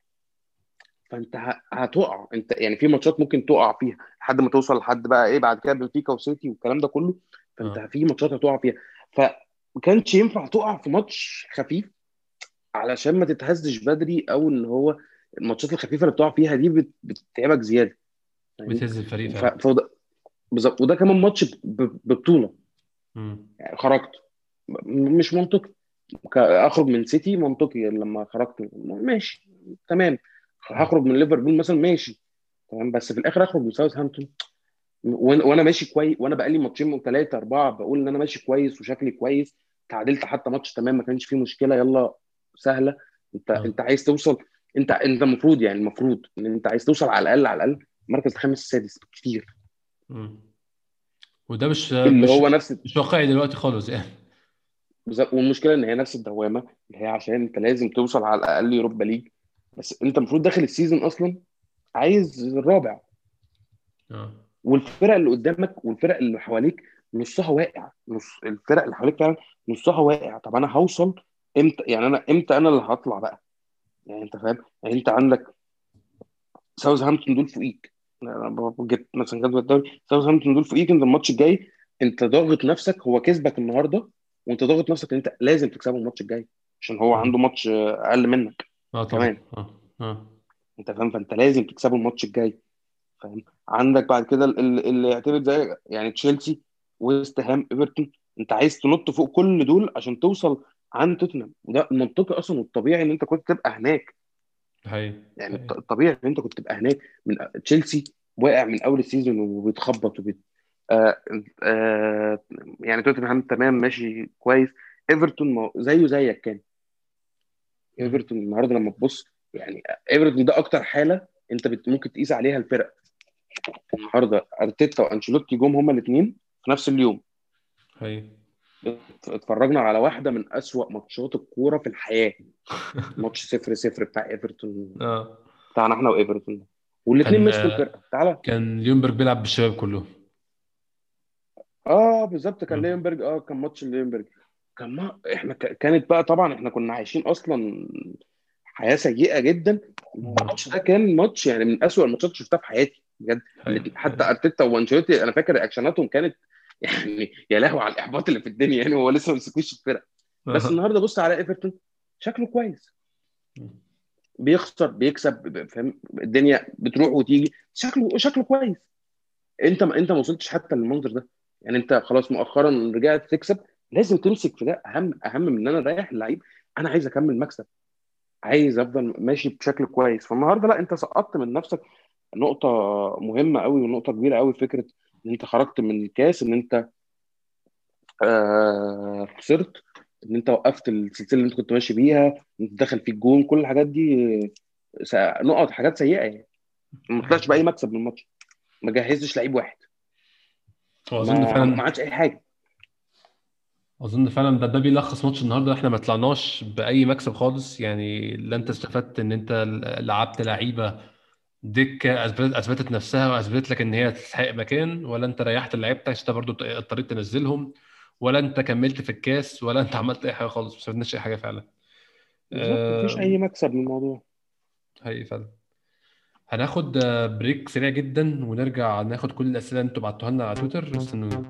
فانت ه- هتقع انت يعني في ماتشات ممكن تقع فيها لحد ما توصل لحد بقى ايه بعد كده بنفيكا وسيتي والكلام ده كله. فانت اه في ماتشات هتقع فيها. فما كانش ينفع تقع في ماتش خفيف علشان ما تتهزش بدري، او ان هو الماتشات الخفيفه اللي بتقع فيها دي بت- بتتعبك زياده. فاهمني؟ بتهز الفريق ف- فعلا. فده بالظبط. وده كمان ماتش ب- ببطوله. مم. يعني خرجت م- مش منطقي. ك- اخرج من سيتي منطقي لما خرجت ماشي تمام. مم. هخرج من ليفربول مثلا ماشي تمام. بس في الاخر اخرج من ساوثهامبتون وانا وأنا ماشي كويس، وانا بقالي ماتشين من ثلاثه اربعه بقول ان انا ماشي كويس وشكلي كويس. تعادلت حتى ماتش تمام ما كانش فيه مشكله يلا سهله. انت اه. انت عايز توصل. انت انت المفروض يعني المفروض ان انت عايز توصل على الاقل على الاقل مركز الخامس السادس كتير. مم. وده مش اللي مش هو نفس مش واقعي دلوقتي خالص يعني. بالظبط. والمشكله ان هي نفس الدوامه اللي هي عشان انت لازم توصل على الاقل يوروبا ليج. بس انت المفروض داخل السيزون اصلا عايز الرابع. اه والفرق اللي قدامك والفرق اللي حواليك نصها واقع. نص الفرق اللي حواليك فعلا نصها واقع. طب انا هوصل امتى؟ يعني انا امتى انا اللي هطلع بقى؟ يعني انت فاهم. يعني انت عندك ساوثهامبتون دول فوقيك. انا ب- جبت مثلا جدول الدوري ساوثهامبتون دول فوقيك. انت الماتش الجاي انت ضاغط نفسك. هو كسبك النهارده وانت ضاغط نفسك ان انت لازم تكسبه الماتش الجاي عشان هو اه عنده ماتش آه، اقل منك اه طبعا. كمان. اه اه انت فاهم. فانت لازم تكسبه الماتش الجاي. فاهم. عندك بعد كده ال- ال- اللي يعتمد زي يعني تشيلسي ويست هام ايفرتون. انت عايز تنط فوق كل دول عشان توصل عند توتنهام. وده المنطقي اصلا والطبيعي ان انت كنت تبقى هناك. حقيقي يعني الط- حقيقي. الطبيعي ان انت كنت تبقى هناك. من تشيلسي واقع من اول السيزون وبيتخبط وبيت آه آه يعني توتنهام تمام ماشي كويس. ايفرتون ما- زيه زيك كان. مم. ايفرتون النهارده لما تبص يعني ايفرتون ده اكتر حاله انت بت- ممكن تقيس عليها الفرق. النهارده ارتيتا وانشيلوتي جم هما الاثنين في نفس اليوم. حقيقي. اتفرجنا على واحده من اسوأ ماتشات الكوره في الحياه. ماتش صفر صفر بتاع ايفرتون اه بتاعنا احنا وايفرتون ده. والاثنين كان مسكوا آه، الفرقه تعالى. كان ليونبرج بيلعب بالشباب كلهم. اه بالظبط كان اه ليونبرج. اه كان ماتش ليونبرج. كان ما احنا ك... كانت بقى طبعا احنا كنا عايشين اصلا حياه سيئه جدا. آه. الماتش ده كان ماتش يعني من اسوأ الماتشات اللي شفتها في حياتي بجد. حقيقي الاتنين- حتى حقيقي. ارتيتا وانشيلوتي انا فاكر رياكشناتهم كانت يعني يا لهوي على الاحباط اللي في الدنيا. يعني هو لسه ما مسكوش الفرقه. بس اه النهارده بص على ايفرتون شكله كويس. بيخسر بيكسب فاهم الدنيا بتروح وتيجي شكله شكله كويس. انت ما انت ما وصلتش حتى للمنظر ده. يعني انت خلاص مؤخرا رجعت تكسب. لازم تمسك في ده. اهم اهم من ان انا رايح اللعيب. انا عايز اكمل مكسب. عايز افضل ماشي بشكل كويس. فالنهارده لا انت سقطت من نفسك نقطه مهمه قوي ونقطه كبيره قوي. فكره ان انت خرجت من الكاس ان انت آه خسرت. ان انت وقفت السلسله اللي انت كنت ماشي بيها. ان انت دخل في الجون كل الحاجات دي س- نقط حاجات سيئه يعني. ما طلعش باي مكسب من الماتش. ما جهزتش لعيب واحد. واظن ما ما فعلا عادش اي حاجه. اظن فعلا ده ده بيلخص ماتش النهارده. احنا ما طلعناش باي مكسب خالص يعني. لا انت استفدت ان انت لعبت لعيبه دكه اثبتت اثبتت نفسها واثبتت لك ان هي تستحق مكان، ولا انت ريحت لعيبتك عشان انت برضه اضطريت تنزلهم، ولا انت كملت في الكاس، ولا انت عملت اي حاجه خالص. ما استفدناش اي حاجه فعلا. بالظبط، مفيش اي أه... مكسب من الموضوع. حقيقي فعلا. هناخد آه، بريك سريع جدا ونرجع ناخد كل الاسئله اللي انتوا بعتوها لنا على تويتر. استنوا.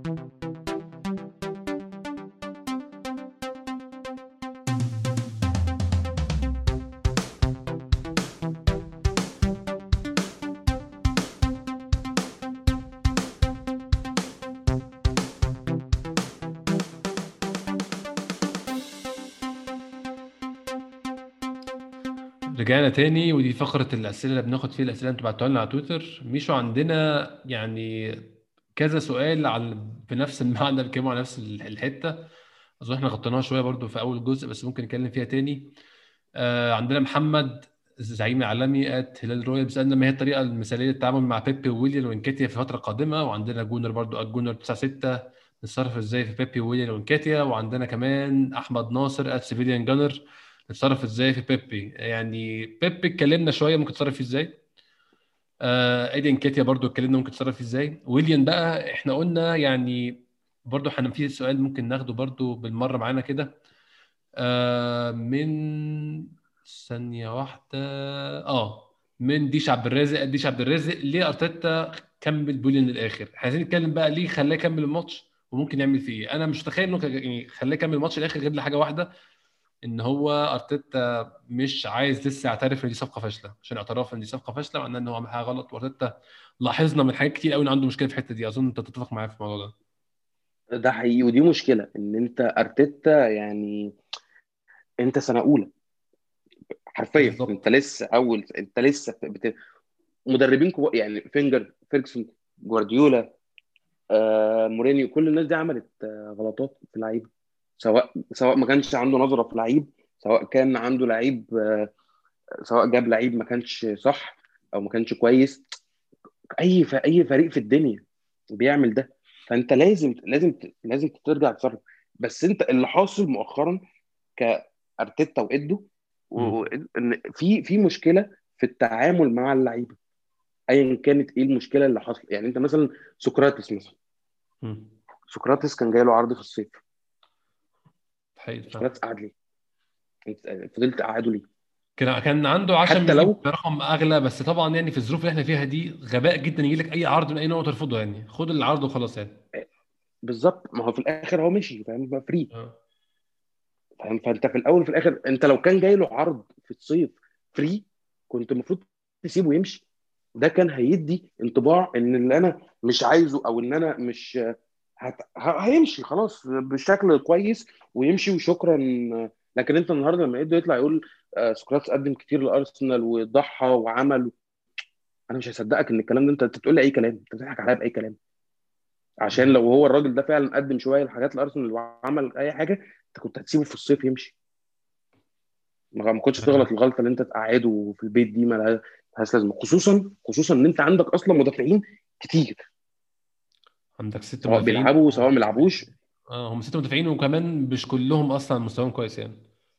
رجعنا تاني، ودي فقرة الأسئلة اللي بناخد فيها الأسئلة اللي انتوا بعتوها لنا على تويتر. ميشو، عندنا يعني كذا سؤال على بنفس المعنى، بيتكلموا على نفس الحتة. أظن احنا غطيناها شوية برضو في أول جزء، بس ممكن نتكلم فيها تاني. آه عندنا محمد زعيم العالمي ات هلال رويال بيسألنا ما هي الطريقة المثالية للتعامل مع بيبي وويليان وانكاتيا في فترة قادمة. وعندنا جونر برضو الجونر تسعة ستة، نتصرف ازاي في بيبي وويليان وانكاتيا. وعندنا كمان احمد ناصر ات سيفيليان جانر، نتصرف ازاي في بيبي. يعني بيبي اتكلمنا شويه ممكن تتصرف فيه ازاي. آه ايدي انكاتيا برضو اتكلمنا ممكن تتصرف فيه ازاي. ويليان بقى احنا قلنا يعني برضو احنا في سؤال ممكن ناخده برضو بالمره معانا كده. آه من ثانيه واحده. اه من ديش عبد الرازق ديش عبد الرازق، ليه ارتيتا كمل بوليان للاخر؟ عايزين نتكلم بقى ليه خلاه يكمل الماتش وممكن يعمل فيه ايه. انا مش متخيل انه ك- يعني خلاه يكمل الماتش للاخر غير لحاجه واحده، ان هو ارتيتا مش عايز لسه يعترف ان دي صفقه فاشله. عشان اعتراف ان دي صفقه فاشله معناه ان هو عمل حاجه غلط. وارتيتا لاحظنا من حاجات كتير قوي ان عنده مشكله في الحته دي. اظن انت تتفق معايا في الموضوع ده. ده حقيقي، ودي مشكله ان انت ارتيتا يعني انت سنه اولى حرفيا، انت بالظبط. لسه اول، انت لسه بت... مدربين كبار يعني فينجر، فيرجسون، جوارديولا، آه، مورينيو، كل الناس دي عملت آه، غلطات في اللعيبه. سواء سواء ما كانش عنده نظره في لعيب، سواء كان عنده لعيب آه، سواء جاب لعيب ما كانش صح او ما كانش كويس. اي ف... اي فريق في الدنيا بيعمل ده. فانت لازم لازم لازم ترجع تصرف. بس انت اللي حاصل مؤخرا كارتيتا وادو و- مم. ان في في مشكله في التعامل مع اللعيبه، ايا كانت ايه المشكله اللي حصل. يعني انت مثلا سقراطس مثلا، مم. سقراطس كان جاي له عرض في الصيف. حقيقي فعلا. سقراطس قعد ليه؟ انت فضلت قاعده ليه؟ كان كان عنده عشم حتى يجيب لو رقم اغلى، بس طبعا يعني في الظروف اللي احنا فيها دي غباء جدا يجي لك اي عرض من اي نوع ترفضه. يعني خد العرض وخلاص يعني. بالظبط، ما هو في الاخر هو مشي، فاهم؟ فري. اه. فاهم؟ فانت في الاول وفي الاخر انت لو كان جاي له عرض في الصيف فري، كنت المفروض تسيبه يمشي. ده كان هيدي انطباع ان اللي انا مش عايزه، او ان انا مش هت... ه- هيمشي خلاص بشكل كويس ويمشي وشكرا. لكن انت النهارده لما يبدا يطلع يقول آه، سقراطس قدم كتير لارسنال وضحى وعمل، انا مش هصدقك ان الكلام ده. انت أنت بتقول لي اي كلام، انت بتضحك عليا باي كلام. عشان بالظبط. لو هو الراجل ده فعلا قدم شويه لحاجات لارسنال وعمل اي حاجه، انت كنت هتسيبه في الصيف يمشي. ما ما كنتش تغلط الغلطه اللي انت تقعده في البيت دي، ما لهاش لازمه. خصوصا خصوصا ان انت عندك اصلا مدافعين كتير، عندك ست سواء مدافعين بيلعبوا سواء ما و... بيلعبوش. اه هم ست مدافعين، وكمان مش كلهم اصلا مستواهم كويس يعني.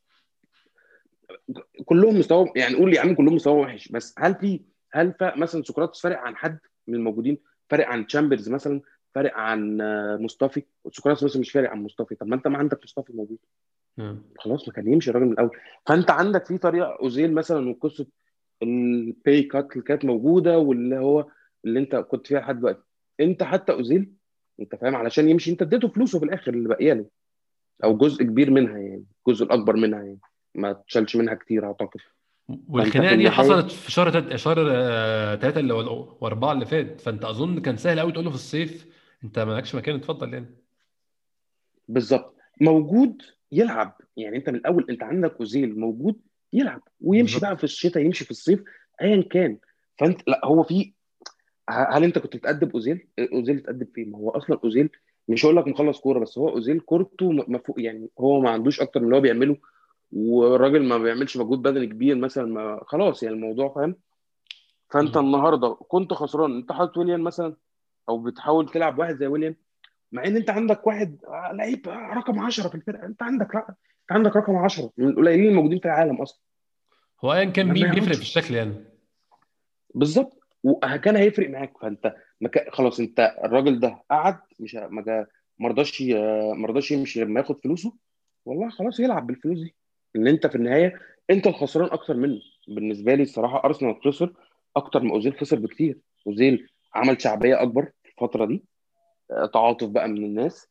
كلهم مستواهم يعني، قول لي يا عم كلهم مستواهم وحش، بس هل في هل ف- مثلا سقراطس فارق عن حد من الموجودين؟ فارق عن تشامبرز مثلا؟ فارق عن آه، مصطفي؟ سقراطس مثلا مش فارق عن مصطفي. طب ما انت ما عندك مصطفي موجود، آه. خلاص ما كان يمشي الراجل من الاول. فانت عندك في طريقه اوزيل مثلا، وقصه الباي كات اللي كانت موجوده، واللي هو اللي انت كنت فيها لحد دلوقتي. انت حتى اوزيل، انت فاهم، علشان يمشي انت اديته فلوسه في الاخر اللي باقيه له، او صح. جزء كبير منها يعني، الجزء الاكبر منها يعني، ما تشالش منها كتير اعتقد. فانت في والخناقه دي النهايه حصلت في شهر تلات شهر آه، تلاتة اللي هو واربعه اللي فات. فانت اظن كان سهل قوي تقول له في الصيف انت مالكش مكان، اتفضل يعني. بالظبط موجود يلعب. يعني انت من الاول انت عندك اوزيل موجود يلعب، ويمشي بقى بالظبط. في الشتاء يمشي في الصيف، ايا كان. فانت لا، هو في ه- هل انت كنت بتأدب اوزيل؟ اوزيل اتأدب فين؟ ما هو اصلا اوزيل مش هقول لك مخلص كوره، بس هو اوزيل كورته م- مفوق يعني، هو ما عندوش اكتر من اللي هو بيعمله. والراجل ما بيعملش مجهود بدني كبير مثلا، ما خلاص يعني الموضوع، فاهم؟ فانت مم. النهارده كنت خسران، انت حاطط ويليان مثلا، او بتحاول تلعب واحد زي ويليام، مع ان انت عندك واحد آه، لعيب آه، رقم عشرة في الفرقه، انت عندك لا انت عندك رقم عشرة من القليلين الموجودين في العالم اصلا. هو ايا كان ما ما مين بيفرق في يقعدش الشكل يعني. بالظبط، وكان هيفرق معاك. فانت ما كا- خلاص انت الراجل ده قعد مش ه- ما جا- ما رضاش ي- ما رضاش يمشي لما ياخد فلوسه. والله خلاص يلعب بالفلوس دي، ان انت في النهايه انت الخسران اكتر منه. بالنسبه لي الصراحه ارسنال خسر اكتر ما اوزيل خسر بكتير. اوزيل عمل شعبيه اكبر في الفتره دي، آه، تعاطف بقى من الناس،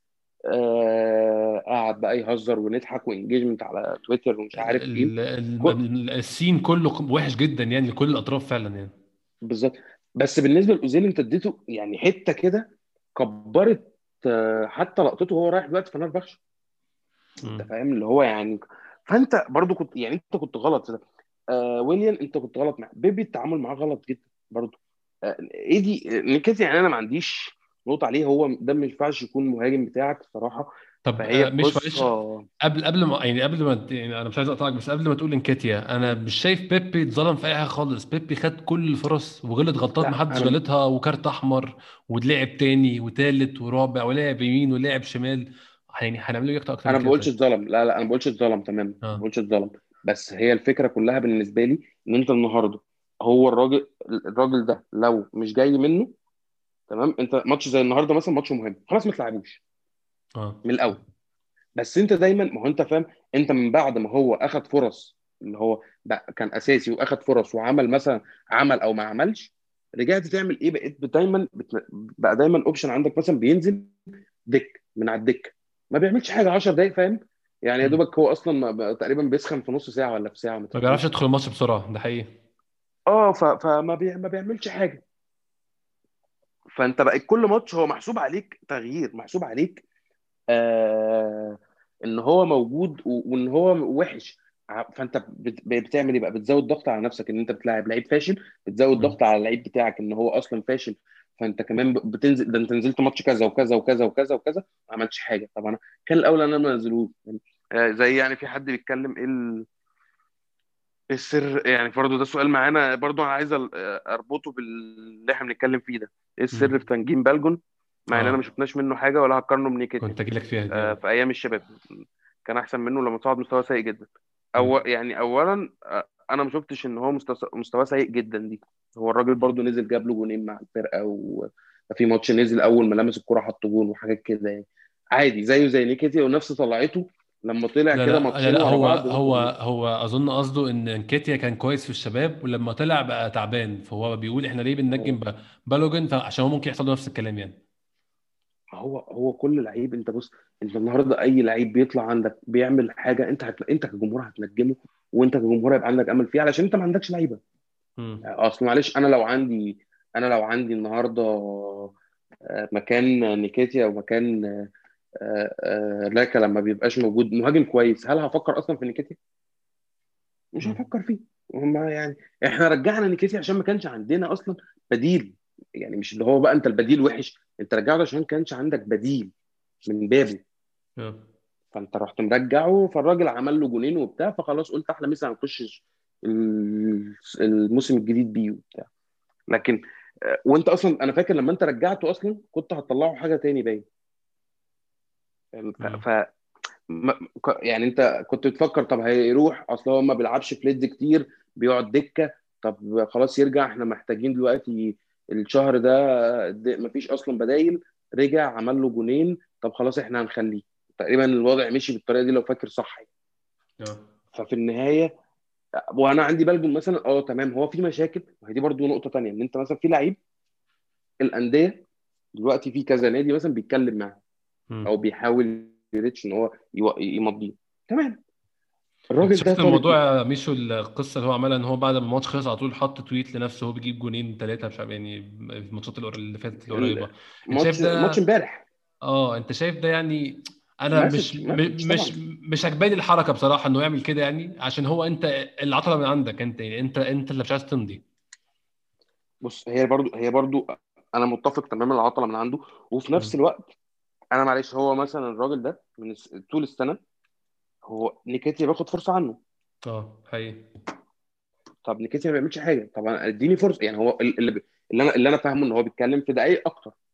آه قعد بقى يهزر ونضحك وانجيجمنت على تويتر ومش عارف ايه. ال- ال- كل- ال- السين كله وحش جدا يعني لكل الاطراف فعلا يعني. بالظبط. بس بالنسبه لاوزيل انت اديته يعني حته كده كبرت آه، حتى لقطته وهو رايح دلوقتي فنربخش. انت مم. فاهم اللي هو يعني. فانت برضو كنت يعني انت كنت غلط في ده. آه ويليام انت كنت غلط معاه. بيبي التعامل معاه غلط جدا برضو. آه ايه دي نيكيتي يعني انا ما عنديش نقطة عليه، هو ده ما ينفعش يكون مهاجم بتاعك الصراحة. طب فهي آه، مش معلش، قصة. قبل قبل ما يعني قبل ما يعني انا مش عايز اقطعك، بس قبل ما تقول انكاتيا، انا مش شايف بيبي اتظلم في اي حاجه خالص. بيبي خد كل الفرص وغلط غلطات ما لا حدش انا غلطها، وكارت احمر ولعب تاني وتالت ورابع ولعب يمين ولعب شمال. يعني هنعمل له يكتر اكتر من انا ما كده بقولش طيب؟ اتظلم، لا لا انا ما بقولش اتظلم تماما، ما اه. بقولش اتظلم. بس هي الفكرة كلها بالنسبة لي ان انت النهارده هو الراجل الراجل ده لو مش جاي منه تمام. انت ماتش زي النهارده مثلا ماتش مهم خلاص ما تلعبوش اه. من الاول. بس انت دايما ما هو انت فاهم، انت من بعد ما هو اخد فرص اللي هو بقى كان اساسي واخد فرص وعمل مثلا عمل او ما عملش، رجعت تعمل ايه؟ بقيت دايما بت... بقى دايما اوبشن عندك مثلا بينزل دك من على الدكه ما بيعملش حاجه عشر دقائق فاهم. يعني يا مم. دوبك هو اصلا ما بقى تقريبا بيسخن في نص ساعه ولا في ساعه ما ما بيعرفش تفهمش. يدخل الماتش بسرعه، ده حقيقي. اه ف... فما بي... ما بيعملش حاجه. فانت بقى كل ماتش هو محسوب عليك تغيير، محسوب عليك آه ان هو موجود و- وان هو وحش. ع- فانت بت- بتعمل ايه بقى؟ بتزود ضغط على نفسك ان انت بتلاعب لعيب فاشل، بتزود مم. ضغط على اللعيب بتاعك ان هو اصلا فاشل. فانت كمان ب- بتنزل، ده انت نزلت ماتش كذا وكذا وكذا وكذا وكذا ما عملتش حاجه. طب انا كان الاول ان انا ما انزلوش يعني. آه، زي يعني في حد بيتكلم ايه ال- إيه السر يعني. برضه ده سؤال معانا برضه، انا عايز أ- اربطه باللي احنا بنتكلم فيه ده. ايه السر في مم. تنجيم بالجون مع اننا ما اه، شفناش منه حاجه ولا هقارنه بنيكيتيا كنت اجيلك فيها دي آه، اه. في ايام الشباب؟ كان احسن منه لما صعد مستوى سيء جدا. مم. أو يعني اولا آه، انا ما شفتش ان هو مستوى مستوى سيء جدا دي. هو الراجل مم. برضو نزل جاب له جونين مع الفرقه، وفي ماتش نزل اول ما لمس الكرة حط جون وحاجات كده يعني. عادي زيه زي نيكيتيا ونفس طلعته لما طلع لا كده لا لا ماتشين لا، ورا هو بعض وهوب هو جونين. هو اظن قصده ان انكيتيا كان كويس في الشباب ولما طلع بقى تعبان، فهو بيقول احنا ليه بننجم هو ب- بالوجن، فعشان هو ممكن يحصل له نفس الكلام يعني. هو هو كل لعيب انت بص، انت النهارده اي لعيب بيطلع عندك بيعمل حاجه انت هت... انت كجمهور هتنجمه، وانت كجمهور هيبقى عندك امل فيه علشان انت ما عندكش لعيبه. مم. اصل معلش انا لو عندي انا لو عندي النهارده آه، مكان نيكيتيا او مكان آه، آه، لاكا لما بيبقاش موجود مهاجم كويس، هل هفكر اصلا في نيكيتيا؟ مش مم. هفكر فيه. هما يعني احنا رجعنا نيكيتيا عشان ما كانش عندنا اصلا بديل. يعني مش اللي هو بقى انت البديل وحش، انت رجعته عشان ما كانش عندك بديل من بابه. اه. فانت رحت مرجعه فالراجل عمل له جونين وبتاع، فخلاص قلت احلى مسا هنخش ال- الموسم الجديد بيه وبتاع. لكن آه، وانت اصلا انا فاكر لما انت رجعته اصلا كنت هتطلعه حاجه تاني باين. ف مم. ف- م- ك- يعني انت كنت بتفكر طب هيروح اصل هو ما بيلعبش فليدز كتير بيقعد دكه. طب خلاص يرجع، احنا محتاجين دلوقتي الشهر ده د- مفيش اصلا بدايل. رجع عمل له جونين، طب خلاص احنا هنخليه. تقريبا الوضع مشي بالطريقه دي لو فاكر صح يعني. اه. ففي النهايه وانا عندي بلجن مثلا اه تمام هو في مشاكل، وهي دي برضو نقطه تانيه ان انت مثلا في لعيب الانديه دلوقتي في كذا نادي مثلا بيتكلم معاه او مم. بيحاول يريتش ان هو يو- يمضيه تمام. انت الراجل ده شفت طالب الموضوع ايه؟ يا ميشو، القصه اللي هو عملها ان هو بعد ما الماتش خلص على طول حط تويت لنفسه وهو بيجيب جونين ثلاثه مش عارف يعني في الماتشات القر- اللي فاتت القريبه. انت شايف الماتش ده؟ ماتش امبارح. اه، انت شايف ده يعني؟ انا مش مسج مسج م- مش طبعا. مش عجباني الحركه بصراحه انه يعمل كده يعني، عشان هو انت العطله من عندك انت يعني، انت انت اللي مش عايز تمضي. بص هي برضو هي برضو انا متفق تماما العطله من عنده. وفي نفس مم. الوقت انا معلش هو مثلا الراجل ده من الس- طول السنه هو نيكيتيا بياخد فرصه عنه. اه حقيقي. طب نيكيتيا ما بيعملش حاجه، طب أنا اديني فرصه يعني. هو ال- اللي ب- اللي انا اللي انا فاهمه ان هو بيتكلم في دقائق اكتر.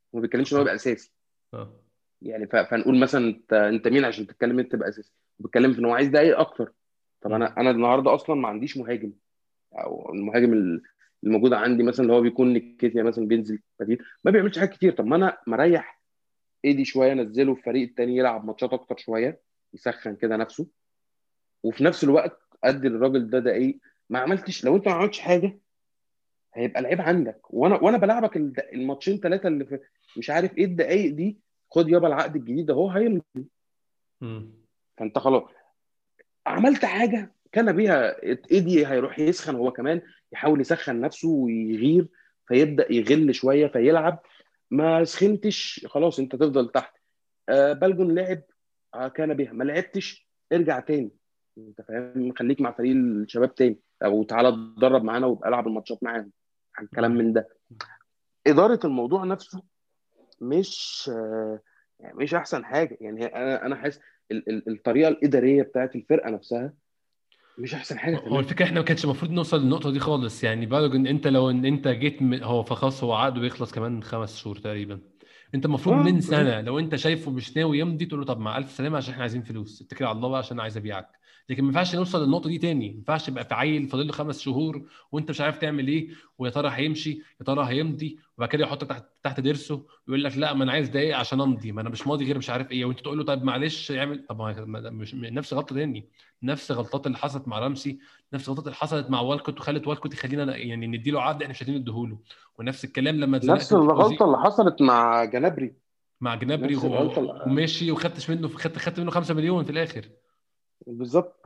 وما بيتكلمش ان هو اه. يبقى اساسي. اه. يعني ف- فنقول مثلا انت انت مين عشان تتكلم انت تبقى اساسي؟ بيتكلم في ان هو عايز دقايق اكتر. طب مم. انا انا النهارده اصلا ما عنديش مهاجم، او المهاجم ال- الموجود عندي مثلا اللي هو بيكون نيكيتيا مثلا بينزل بديل ما بيعملش حاجات كتير. طب ما انا مريح ايدي شويه، انزله الفريق التاني يلعب ماتشات اكتر شويه، يسخن كده نفسه، وفي نفس الوقت ادي للراجل ده دقايق. ما عملتش، لو انت ما عملتش حاجه هيبقى العيب عندك. وانا وانا بلعبك الد- الماتشين ثلاثه اللي في مش عارف ايه الدقايق دي، خد يابا العقد الجديد ده هو هيمضي. مم. فانت خلاص عملت حاجه كان بيها. ايدي هيروح يسخن هو كمان، يحاول يسخن نفسه ويغير، فيبدا يغل شويه فيلعب. ما سخنتش خلاص انت تفضل تحت. آه بلجون لعب، آه كان بيها. ما لعبتش ارجع تاني، انت فاهم، خليك مع فريق الشباب تاني، او تعالى اتدرب معانا وابقى العب الماتشات معانا. الكلام مم. من ده. اداره الموضوع نفسه مش آه يعني مش احسن حاجه. يعني انا انا حاسس ال- ال- الطريقه الاداريه بتاعت الفرقه نفسها مش احسن حاجه هو تمام. الفكره احنا ما كانش المفروض نوصل للنقطه دي خالص، يعني بالغ ان انت لو ان انت جيت من هو فخلاص هو عقده بيخلص كمان خمس شهور تقريبا. انت المفروض اه من بالظبط. سنه لو انت شايفه مش ناوي يمضي تقول له طب مع الف سلامه عشان احنا عايزين فلوس، اتكل على الله بقى عشان انا عايز ابيعك. لكن ما ينفعش نوصل للنقطه دي تاني، ما ينفعش يبقى في عيل فاضل له خمس شهور وانت مش عارف تعمل ايه، ويا ترى هيمشي يا ترى هيمضي، وبعد كده يحطك تحت تحت ضرسه ويقول لك لا ما انا عايز دقايق عشان امضي، ما انا مش ماضي غير مش عارف ايه، وانت تقول له طب معلش اعمل. طب ما ما- مش نفس غلطه تاني، نفس غلطات اللي حصلت مع رامسي، نفس الغلطات اللي حصلت مع والكوت وخلت والكوت يخلينا يعني نديله عقد احنا مش عايزين نديهوله. ونفس الكلام لما اتزنقت نفس انت في الغلطه اوزيل اللي حصلت مع جنابري. مع جنابري نفس الغلطه و- اللي... وماشي وخدتش منه خدت خدت منه خمسة مليون في الاخر. بالظبط.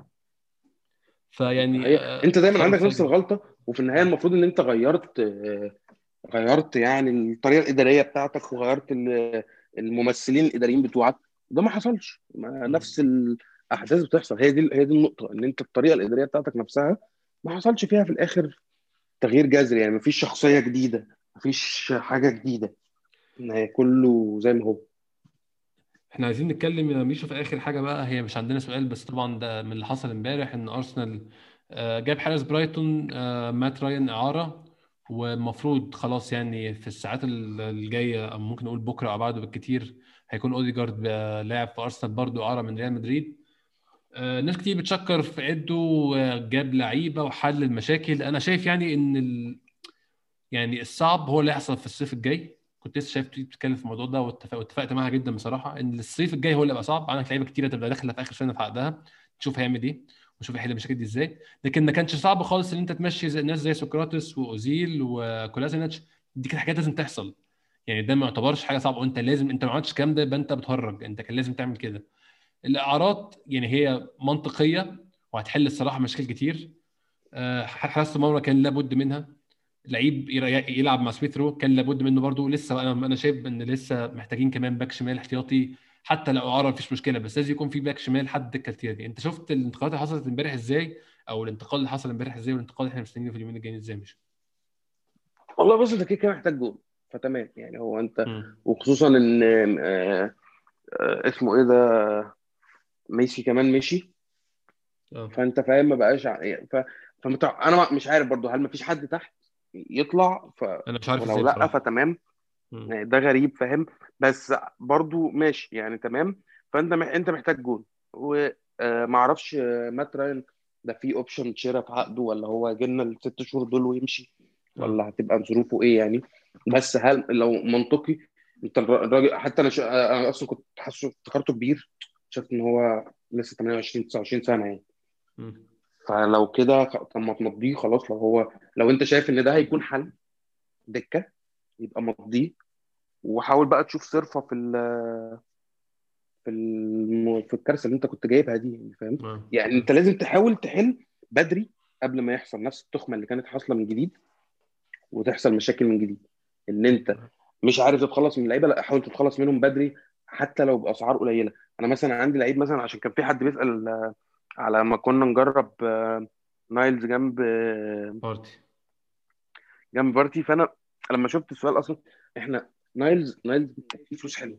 فيعني فهي آه، انت دايما تصرف عندك نفس سيء. الغلطه، وفي النهايه م- المفروض ان انت غيرت آه، غيرت يعني الطريقه الاداريه بتاعتك، وغيرت ال- الممثلين الاداريين بتوعك. ده ما حصلش. ما م. نفس الاحداث بتحصل. هي دي هي دي النقطه، ان انت الطريقه الاداريه بتاعتك نفسها ما حصلش فيها في الاخر تغيير جذري. يعني ما فيش شخصيه جديده، ما فيش حاجه جديده، ان هي كله زي ما هو. احنا عايزين نتكلم يا ميشو في اخر حاجه بقى، هي مش عندنا سؤال بس طبعا ده من اللي حصل امبارح ان ارسنال آه، جاب حارس برايتون آه، مات راين اعاره، والمفروض خلاص يعني في الساعات ال- الجايه او ممكن نقول بكره او بعده بالكتير هيكون اوديجارد آه، لاعب في ارسنال برضو اعاره من ريال مدريد. آه، ناس كتير بتشكر في عده وجاب لعيبه وحل المشاكل. انا شايف يعني ان ال... يعني الصعب هو اللي هيحصل في الصيف الجاي. كنت لسه شايف تويت بتتكلم في الموضوع ده واتفق- واتفقت معاها جدا بصراحه ان الصيف الجاي هو اللي هيبقى صعب. عندك لعيبه كتيره تبقى داخله في اخر سنه في عقدها، تشوف هيعمل ايه وشوف يحل المشاكل دي ازاي. لكن ما كانش صعب خالص ان انت تمشي زي ناس زي سقراطس واوزيل وكولاسينيتش. دي كانت حاجات لازم تحصل، يعني ده ما يعتبرش حاجه صعبه، وانت لازم انت ما عملتش الكلام ده يبقى انت بتهرج، انت كان لازم تعمل كده. الاعارات يعني هي منطقيه وهتحل الصراحه مشاكل كتير. آه، حراسه المرمى كان لابد منها، لعيب ير- يلعب مع سميث رو كان لابد منه برضو. لسه انا انا شايف ان لسه محتاجين كمان باك شمال احتياطي، حتى لو اعاره مفيش مشكله بس لازم يكون في باك شمال حد كالتيري. انت شفت الانتقالات اللي حصلت امبارح ازاي، او الانتقال اللي حصل امبارح ازاي، والانتقال اللي احنا مستنيينه في اليومين الجايين ازاي مش. والله بص، انت كده كده محتاج جول، فتمام. يعني هو انت، امم. وخصوصا ان آه، آه، اسمه ايه ده، ميسي كمان مشي. اه. فانت فاهم ما بقاش ع- يعني ف... فمتع... انا ما- مش عارف برضو هل ما فيش حد تحت يطلع ف... انا مش عارف ازاي ولو لا بصراحه. فتمام. امم. يعني ده غريب فاهم، بس برضو ماشي يعني تمام. فانت م... انت محتاج جول. وما اعرفش آه، مات راين ده في اوبشن شراء في عقده، ولا هو هيجي لنا الست شهور دول ويمشي، اه. ولا هتبقى ظروفه ايه يعني. بس هل لو منطقي، انت الر- الراجل حتى انا ش... انا اصلا كنت حاسه افتكرته كبير، شفت ان هو لسه ثمانية وعشرين تسعة وعشرين سنه يعني. امم. فلو كده خ- طب ما تمضيه خلاص. لو هو لو انت شايف ان ده هيكون حل دكه، يبقى مضيه. وحاول بقى تشوف صرفه في ال في الم... في الكارثه اللي انت كنت جايبها دي، يعني فاهم. اه. يعني اه. انت لازم تحاول تحل بدري قبل ما يحصل نفس التخمه اللي كانت حاصله من جديد، وتحصل مشاكل من جديد. ان انت مش عارف تتخلص من اللعيبه، لا حاول تتخلص منهم بدري، حتى لو باسعار قليله. انا مثلا عندي لعيب مثلا، عشان كان في حد بيسال آه، على ما كنا نجرب آه، نايلز جنب آه، بارتي. جنب بارتي. فانا لما شفت السؤال اصلا، احنا نايلز نايلز فيه فلوس حلوه،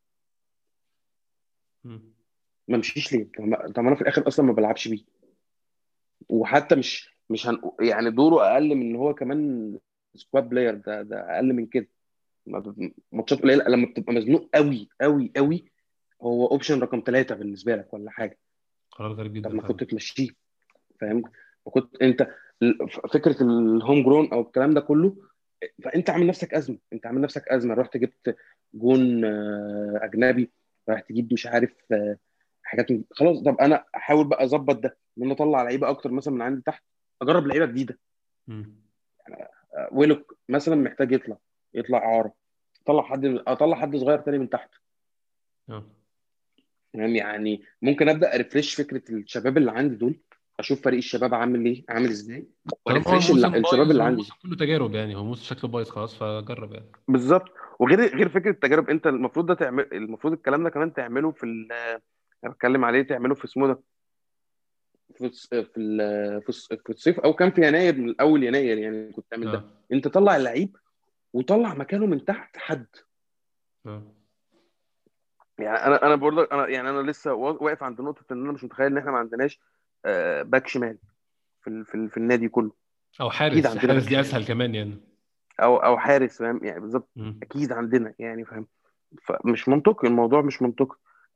امم. ما مشيش ليه؟ طب ما طب ما انا في الاخر اصلا ما بلعبش بيه. وحتى مش مش هن... يعني دوره اقل من ان هو كمان سكواد بلاير، ده ده اقل من كده. ماتشات قليله لما بتبقى مزنوق قوي قوي قوي، هو اوبشن رقم ثلاثه بالنسبه لك ولا حاجه. قرار غريب طب جدا ما فعلا. كنت تمشيه، فاهم؟ وكنت انت ال- فكره الهوم جرون او الكلام ده كله، فانت عامل نفسك ازمه، انت عامل نفسك ازمه. رحت جبت جون آه، اجنبي، راح تجيب مش عارف آه، حاجات من- خلاص. طب انا احاول بقى اظبط ده، ان انا اطلع لعيبه اكتر مثلا من عندي تحت، اجرب لعيبه جديده. مم. آه، ويلوك مثلا محتاج يطلع، يطلع اعاره، اطلع حد اطلع حد صغير تاني من تحت. اه فاهم؟ يعني ممكن ابدا اريفريش فكره الشباب اللي عندي دول، اشوف فريق الشباب عامل ايه، عامل ازاي، طالما هو وريفريش الموسم الشباب بايظ، اللي هو عندي. الموسم كله تجارب يعني، هو موسم شكله بايظ خلاص فجرب يعني. بالظبط. وغير غير فكره التجارب، انت المفروض ده تعمل، المفروض الكلام ده كمان تعمله في ال... انا بتكلم عليه، تعمله في اسمه ده، في الص- في ال- في الص- في الصيف، او كان في يناير، من اول يناير يعني كنت تعمل اه ده. انت طلع اللعيب وطلع مكانه من تحت حد. اه يعني انا انا برضه انا يعني انا لسه وا- واقف عند نقطه ان انا مش متخيل ان احنا ما عندناش آه، باك شمال في ال... في, ال... في النادي كله. او اكيد حارس، عندنا حارس باك دي شمال، اسهل كمان يعني. او او حارس، فاهم يعني؟ بالظبط. مم. اكيد عندنا يعني، فاهم؟ فمش منطقي الموضوع، مش منطقي.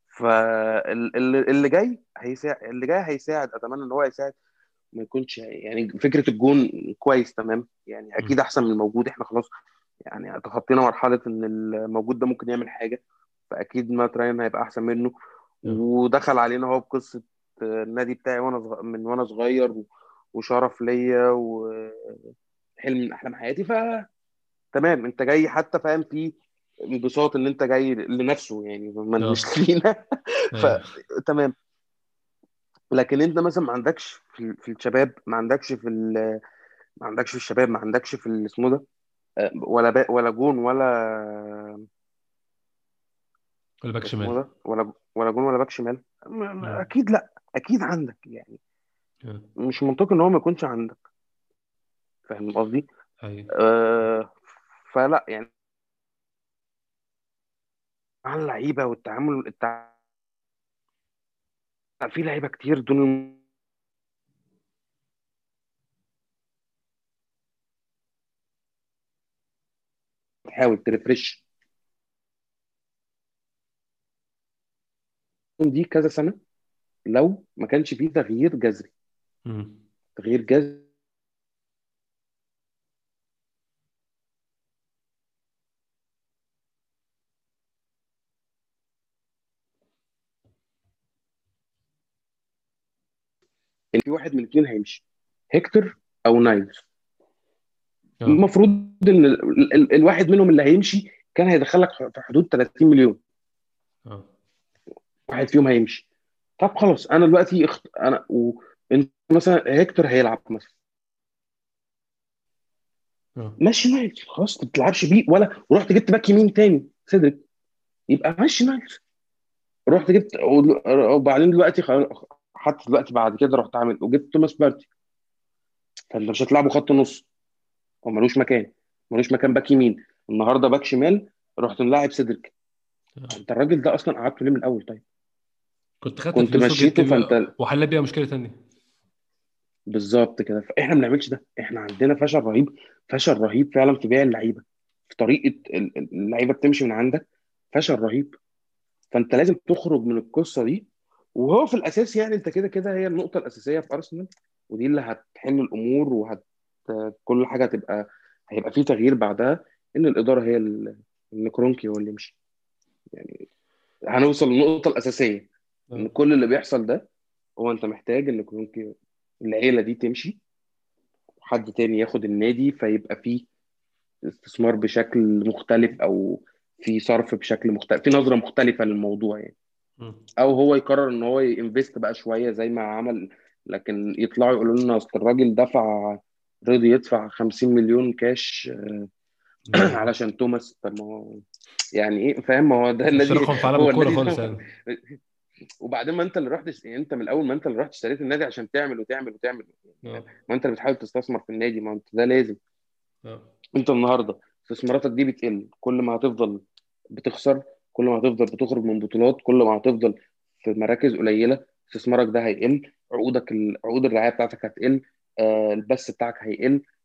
فاللي جاي هيساعد، اللي جاي هيساعد، اتمنى ان هو يساعد. ما يكونش يعني فكره الجون كويس تمام يعني، مم. اكيد احسن من الموجود. احنا خلاص يعني تخطينا مرحله ان الموجود ده ممكن يعمل حاجه، فاكيد مات راين هيبقى احسن منه. اه ودخل علينا هو بقصه النادي بتاعي وانا صغ... من وانا صغير، و... وشرف ليا وحلم من احلام حياتي. فتمام، انت جاي حتى فاهم في انبساط ان انت جاي لنفسه يعني، ما- اه مش لينا. ايوه. فتمام. لكن انت مثلا ما عندكش في, في الشباب، ما عندكش في ال... ما عندكش في الشباب، ما عندكش في ال- اسمه ده آه، ولا با... ولا جون ولا الباك اسمه شمال. ده ولا ولا جون ولا باك شمال. ما- ما- مم. اكيد لا، اكيد عندك يعني. اه مش منطقي ان هو ما يكونش عندك. فاهم قصدي؟ ايوه. أه. فلا يعني، مع اللعيبه والتعامل التع... في لعيبه كتير دول تحاول ترفرش دي كذا سنه، لو ما كانش فيه تغيير جذري. مم. تغيير جذري. ان في واحد من الاثنين هيمشي، هيكتور او نايلز. اه المفروض ان ال... ال... الواحد منهم اللي هيمشي كان هيدخلك في حدود ثلاثين مليون. اه واحد فيهم هيمشي. طب خلاص، انا دلوقتي اخت... انا وانت مثلا هيكتور هيلعب مثلا، اه ماشي نايلز خلاص، ما بتلعبش بيه ولا، ورحت جبت باك يمين تاني سيدريك، يبقى ماشي نايلز. رحت جبت، وبعدين دلوقتي خلاص، حتى دلوقتي بعد كده رحت عامل وجبت توماس بارتي. فانت مش هتلعبه خط نص، هو ملوش مكان، ملوش مكان باك يمين. النهارده باك شمال رحت ملاعب سيدريك. اه انت الراجل ده اصلا قعدته ليه من الاول طيب؟ كنت خدت كنت فلوس وجبت مشيته بقى- فانت. وحلت بيها مشكله تانية. بالظبط كده. فاحنا ما بنعملش ده، احنا عندنا فشل رهيب، فشل رهيب فعلا في بيع اللعيبه، في طريقه ال- ال- اللعيبه بتمشي من عندك، فشل رهيب. فانت لازم تخرج من القصه دي. وهو في الاساس يعني انت كده كده هي النقطه الاساسيه في ارسنال، ودي اللي هتحل الامور، وهت كل حاجه هتبقى، هيبقى في تغيير بعدها. ان الاداره هي ال- ان كرونكي هو اللي يمشي يعني. هنوصل للنقطه الاساسيه، ان اه كل اللي بيحصل ده هو انت محتاج ان كرونكي، العيله دي تمشي، وحد تاني ياخد النادي، فيبقى فيه استثمار بشكل مختلف، او في صرف بشكل مختلف، في نظره مختلفه للموضوع يعني. مم. او هو يقرر ان هو ينفست بقى شويه زي ما عمل. لكن يطلعوا يقولوا لنا اصل الراجل دفع، رضي يدفع خمسين مليون كاش اه علشان توماس. طب ما هو يعني ايه، فاهم؟ ما هو ده مش النادي، رقم في عالم هو الكوره النادي خالص ده. يعني. وبعدين ما انت اللي رحت يعني، انت من الاول ما انت اللي رحت اشتريت النادي عشان تعمل وتعمل وتعمل يعني، اه فاهم؟ ما انت اللي بتحاول تستثمر في النادي، ما انت ده لازم. اه انت النهارده استثماراتك دي بتقل، كل ما هتفضل بتخسر، كل ما هتفضل بتخرج من بطولات، كل ما هتفضل في مراكز قليله، استثمارك ده هيقل، عقودك ال- عقود الرعايه بتاعتك هتقل، آه، البث بتاعك هيقل،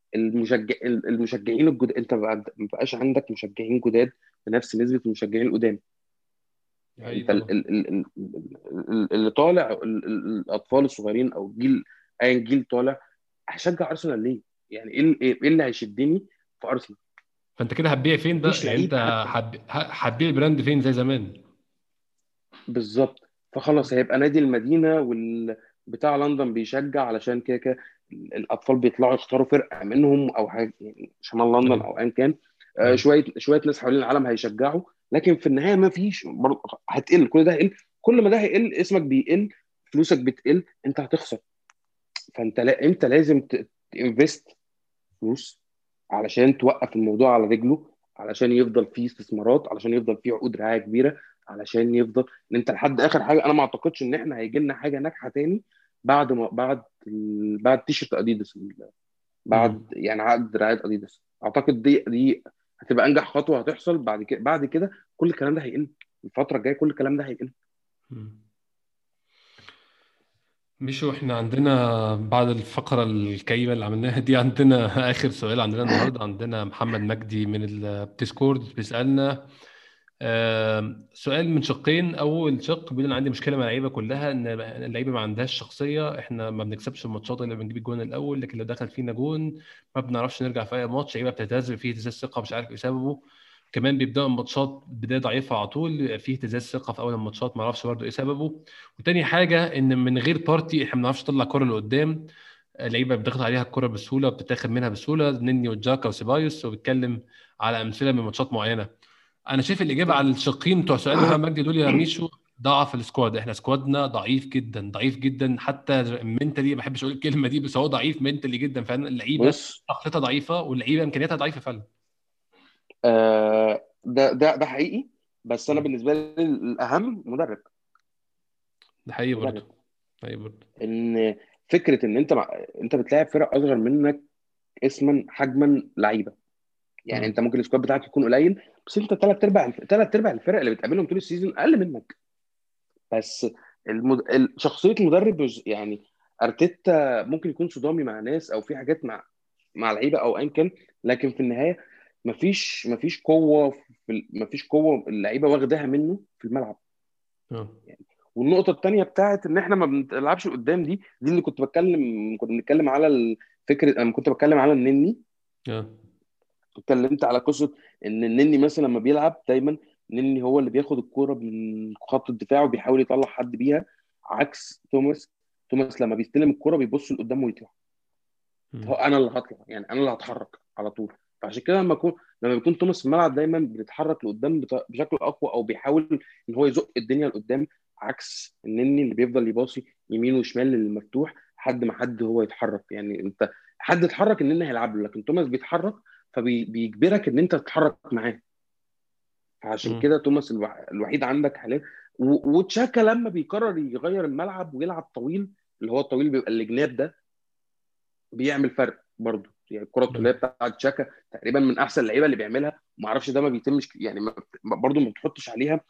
المشجع المشجعين الجداد، انت ما بقاش عندك مشجعين جداد بنفس نسبه المشجعين القدام. يعني اي انت ال- طبعا. ال- ال- ال- ال- اللي طالع ال- ال- الاطفال الصغيرين او جيل، ايا جيل طالع، هشجع ارسنال ليه؟ يعني ايه ال- ايه اللي هيشدني في ارسنال؟ فانت كده هتبيع فين بقى؟ مفيش يعني انت لعيب حتى. هتبي- ه- هتبيع البراند فين زي زمان؟ بالظبط. فخلاص هيبقى نادي المدينه وال بتاع لندن بيشجع علشان كده كده الاطفال بيطلعوا يختاروا فرقه منهم او حاجه، يعني شمال لندن ايوه. او ايا كان. آه، ايوه. شويه شويه ناس حوالين العالم هيشجعوا، لكن في النهايه ما فيش برضه، هتقل كل ده هيقل. كل ما ده هيقل اسمك بيقل، فلوسك بتقل، انت هتخسر. فانت لا انت لازم تنفست فلوس علشان توقف الموضوع على رجله، علشان يفضل فيه استثمارات، علشان يفضل فيه عقود رعايه كبيره، علشان يفضل ان انت لحد اخر حاجه. انا ما اعتقدش ان احنا هيجي لنا حاجه ناجحه تاني بعد ما بعد ال- بعد تيشرت اديداس، بعد امم. يعني عقد رعايه اديداس. اعتقد دي دي هتبقى انجح خطوه هتحصل. بعد كده بعد كده كل الكلام ده هيقل. الفتره الجايه كل الكلام ده هيقل. مشوا احنا عندنا بعد الفقرة الكئيبة اللي عملناها دي، عندنا آخر سؤال عندنا النهاردة. عندنا محمد مجدي من الديسكورد بيسألنا آم، سؤال من شقين. أول شق بيقول أنا عندي مشكلة مع اللعيبة كلها، إن اللعيبة ما عندهاش شخصية. احنا ما بنكسبش الماتشات إلا بنجيب الجون الأول، لكن لو دخل فينا جون ما بنعرفش نرجع في أي ماتش. اللعيبة بتهتز، فيه اهتزاز ثقة مش عارف إيه سببه. كمان بيبدأوا الماتشات بداية ضعيفة على طول، فيه اهتزاز ثقة في أول الماتشات ما اعرفش برضه إيه سببه. وتاني حاجه ان من غير بارتي احنا ما بنعرفش نطلع الكره لقدام. اللعيبه بتضغط عليها الكره بسهوله، بتتاخد منها بسهوله، نني وجاكا وسيبايوس. وبيتكلم على امثله من ماتشات معينه. انا شايف الاجابه على الشقين بتوع سؤال محمد مجدي دول يا ميشو ضعف السكواد. احنا سكوادنا ضعيف جدا، ضعيف جدا، حتى منتلي. ما بحبش اقول الكلمه دي بس هو ضعيف منتلي جدا فعلا. اللعيبه بص، شخصيتها ضعيفه، واللعيبه امكانياتها ضعيفه فعلا. آه ده ده ده حقيقي. بس انا مم. بالنسبه لي الاهم مدرب. ده حقيقي برضه. مدرب. حقيقي برضه. ان فكره ان انت مع... انت بتلاعب فرق اصغر منك اسما حجما لعيبه. يعني مم. انت ممكن السكواد بتاعك يكون قليل، بس انت ثلاث ارباع ثلاث ارباع الفرق اللي بتقابلهم طول السيزون اقل منك. بس المد... ال- شخصيه المدرب مش- يعني ارتيتا ممكن يكون صدامي مع ناس او في حاجات مع مع لعيبه او ايا كان، لكن في النهايه مفيش مفيش قوه في ال- مفيش قوه اللعيبه واخداها منه في الملعب. اه. والنقطه الثانيه بتاعت ان احنا ما بنلعبش قدام، دي دي اللي كنت بتكلم كنا بنتكلم على الفكره. انا كنت بتكلم على النني. اه. اتكلمت على قصه ان النني مثلا لما بيلعب دايما، النني هو اللي بياخد الكوره من خط الدفاع وبيحاول يطلع حد بيها، عكس توماس. توماس لما بيستلم الكوره بيبص لقدام ويطلع. هو مم. انا اللي هطلع، يعني انا اللي هتحرك على طول. فعشان كده لما يكون لما بيكون توماس في الملعب دايما بيتحرك لقدام بط- بشكل اقوى، او بيحاول ان هو يزق الدنيا لقدام، عكس النني اللي بيفضل يباصي يمين وشمال للمفتوح لحد ما حد هو يتحرك. يعني انت حد اتحرك النني هيلعب له، لكن توماس بيتحرك فبيجبرك ان انت تتحرك معاه. فعشان مم. كده توماس الوح- الوحيد عندك حاليا. و- وتشاكا لما بيقرر يغير الملعب ويلعب طويل، اللي هو الطويل بيبقى الجناب ده، بيعمل فرق برضه. يعني الكره الطوليه بتاعت تشاكا تقريبا من احسن اللعيبه اللي بيعملها. ما اعرفش ده ما بيتمش يعني ما برضه ما بتحطش عليها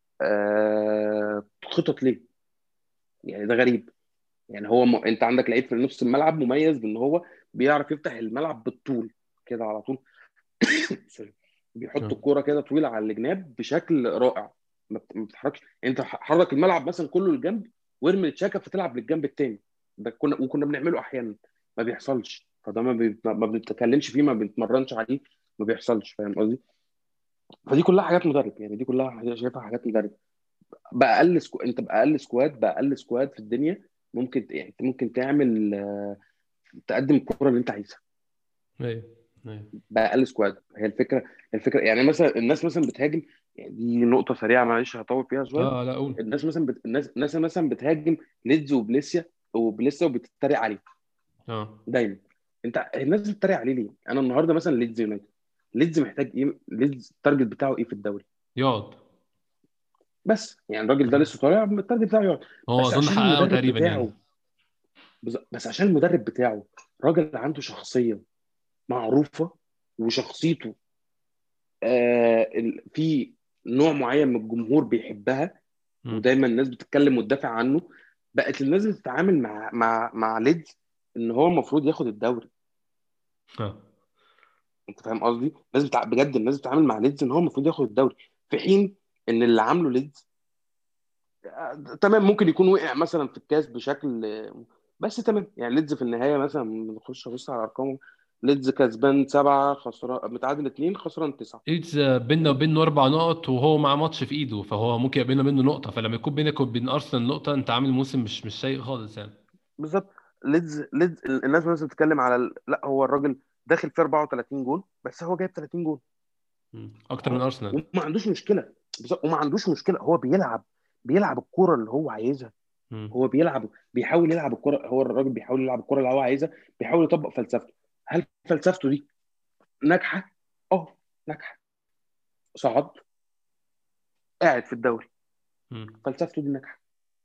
آه خطط ليه؟ يعني ده غريب. يعني هو م... انت عندك لعيب في نص الملعب مميز بان هو بيعرف يفتح الملعب بالطول كده على طول. سوري. بيحط اه. الكوره كده طويله على الجناب بشكل رائع. ما بت- ما بتتحركش. انت ح- حرك الملعب مثلا كله للجنب وارمي التشاكا فتلعب للجنب التاني. ده كنا وكنا بنعمله احيانا. ما بيحصلش. فده ما, بي... ما بنتكلمش فيه، ما بنتمرنش عليه، ما بيحصلش. فاهم قصدي؟ فدي كلها حاجات مدرب. يعني دي كلها حاجات شايفها حاجات مدرب. باقل سكو... انت باقل سكواد باقل سكواد في الدنيا ممكن يعني انت ممكن تعمل آه، تقدم الكوره اللي انت عايزها. ايوه. ايوه. باقل سكواد. هي الفكره الفكره يعني مثلا الناس مثلا بتهاجم. يعني دي نقطه سريعه معلش هطول فيها شويه. اه لا اقول. الناس مثلا بت... الناس الناس مثلا بتهاجم ليدز وبليسيا وبليسيا وبتتريق عليه اه. دايما. انت الناس بتتريق عليه ليه؟ انا النهارده مثلا ليدز يونايتد، ليدز محتاج ايه؟ ليدز التارجت بتاعه ايه في الدوري؟ يقعد. بس يعني الراجل ده لسه طالع التارجت بتاعه يقعد. هو بس اظن عشان حققه المدرب تقريبا يعني. بتاعه بز- بس عشان المدرب بتاعه راجل عنده شخصيه معروفه، وشخصيته آه ال- في نوع معين من الجمهور بيحبها، مم. ودايما الناس بتتكلم وتدافع عنه. بقت الناس بتتعامل مع مع مع ليدز ان هو المفروض ياخد الدوري. اه. انت فاهم قصدي؟ الناس بتاع بجد الناس بتتعامل مع ليدز ان هو المفروض ياخد الدوري، في حين ان اللي عامله ليدز آه، تمام ممكن يكون وقع مثلا في الكاس بشكل آه، بس تمام يعني ليدز في النهايه مثلا نخش ابص على ارقامه. ليدز كسبان سبعه، خسران متعادل اثنين، خسران تسعه. ايدز بيننا وبينه اربع نقط وهو مع ماتش في ايده، فهو ممكن يبقى بينه وبينه نقطه، فلما يكون بينك وبين ارسنال نقطه انت عامل موسم مش مش سيء خالص يعني. بالظبط. ليدز ليدز الناس مثلا بتتكلم على ال- لا هو الراجل داخل في اربعه وثلاثين جول بس هو جايب ثلاثين جول. مم. اكتر من هو ارسنال. وما عندوش مشكله. بالظبط وما عندوش مشكله، هو بيلعب بيلعب الكوره اللي هو عايزها. مم. هو بيلعب بيحاول يلعب الكرة، هو الراجل بيحاول يلعب الكرة اللي هو عايزها، بيحاول يطبق فلسفته. هل فلسفته دي ناجحة؟ اه ناجحة. صعد، قاعد في الدوري، مم. فلسفته دي ناجحة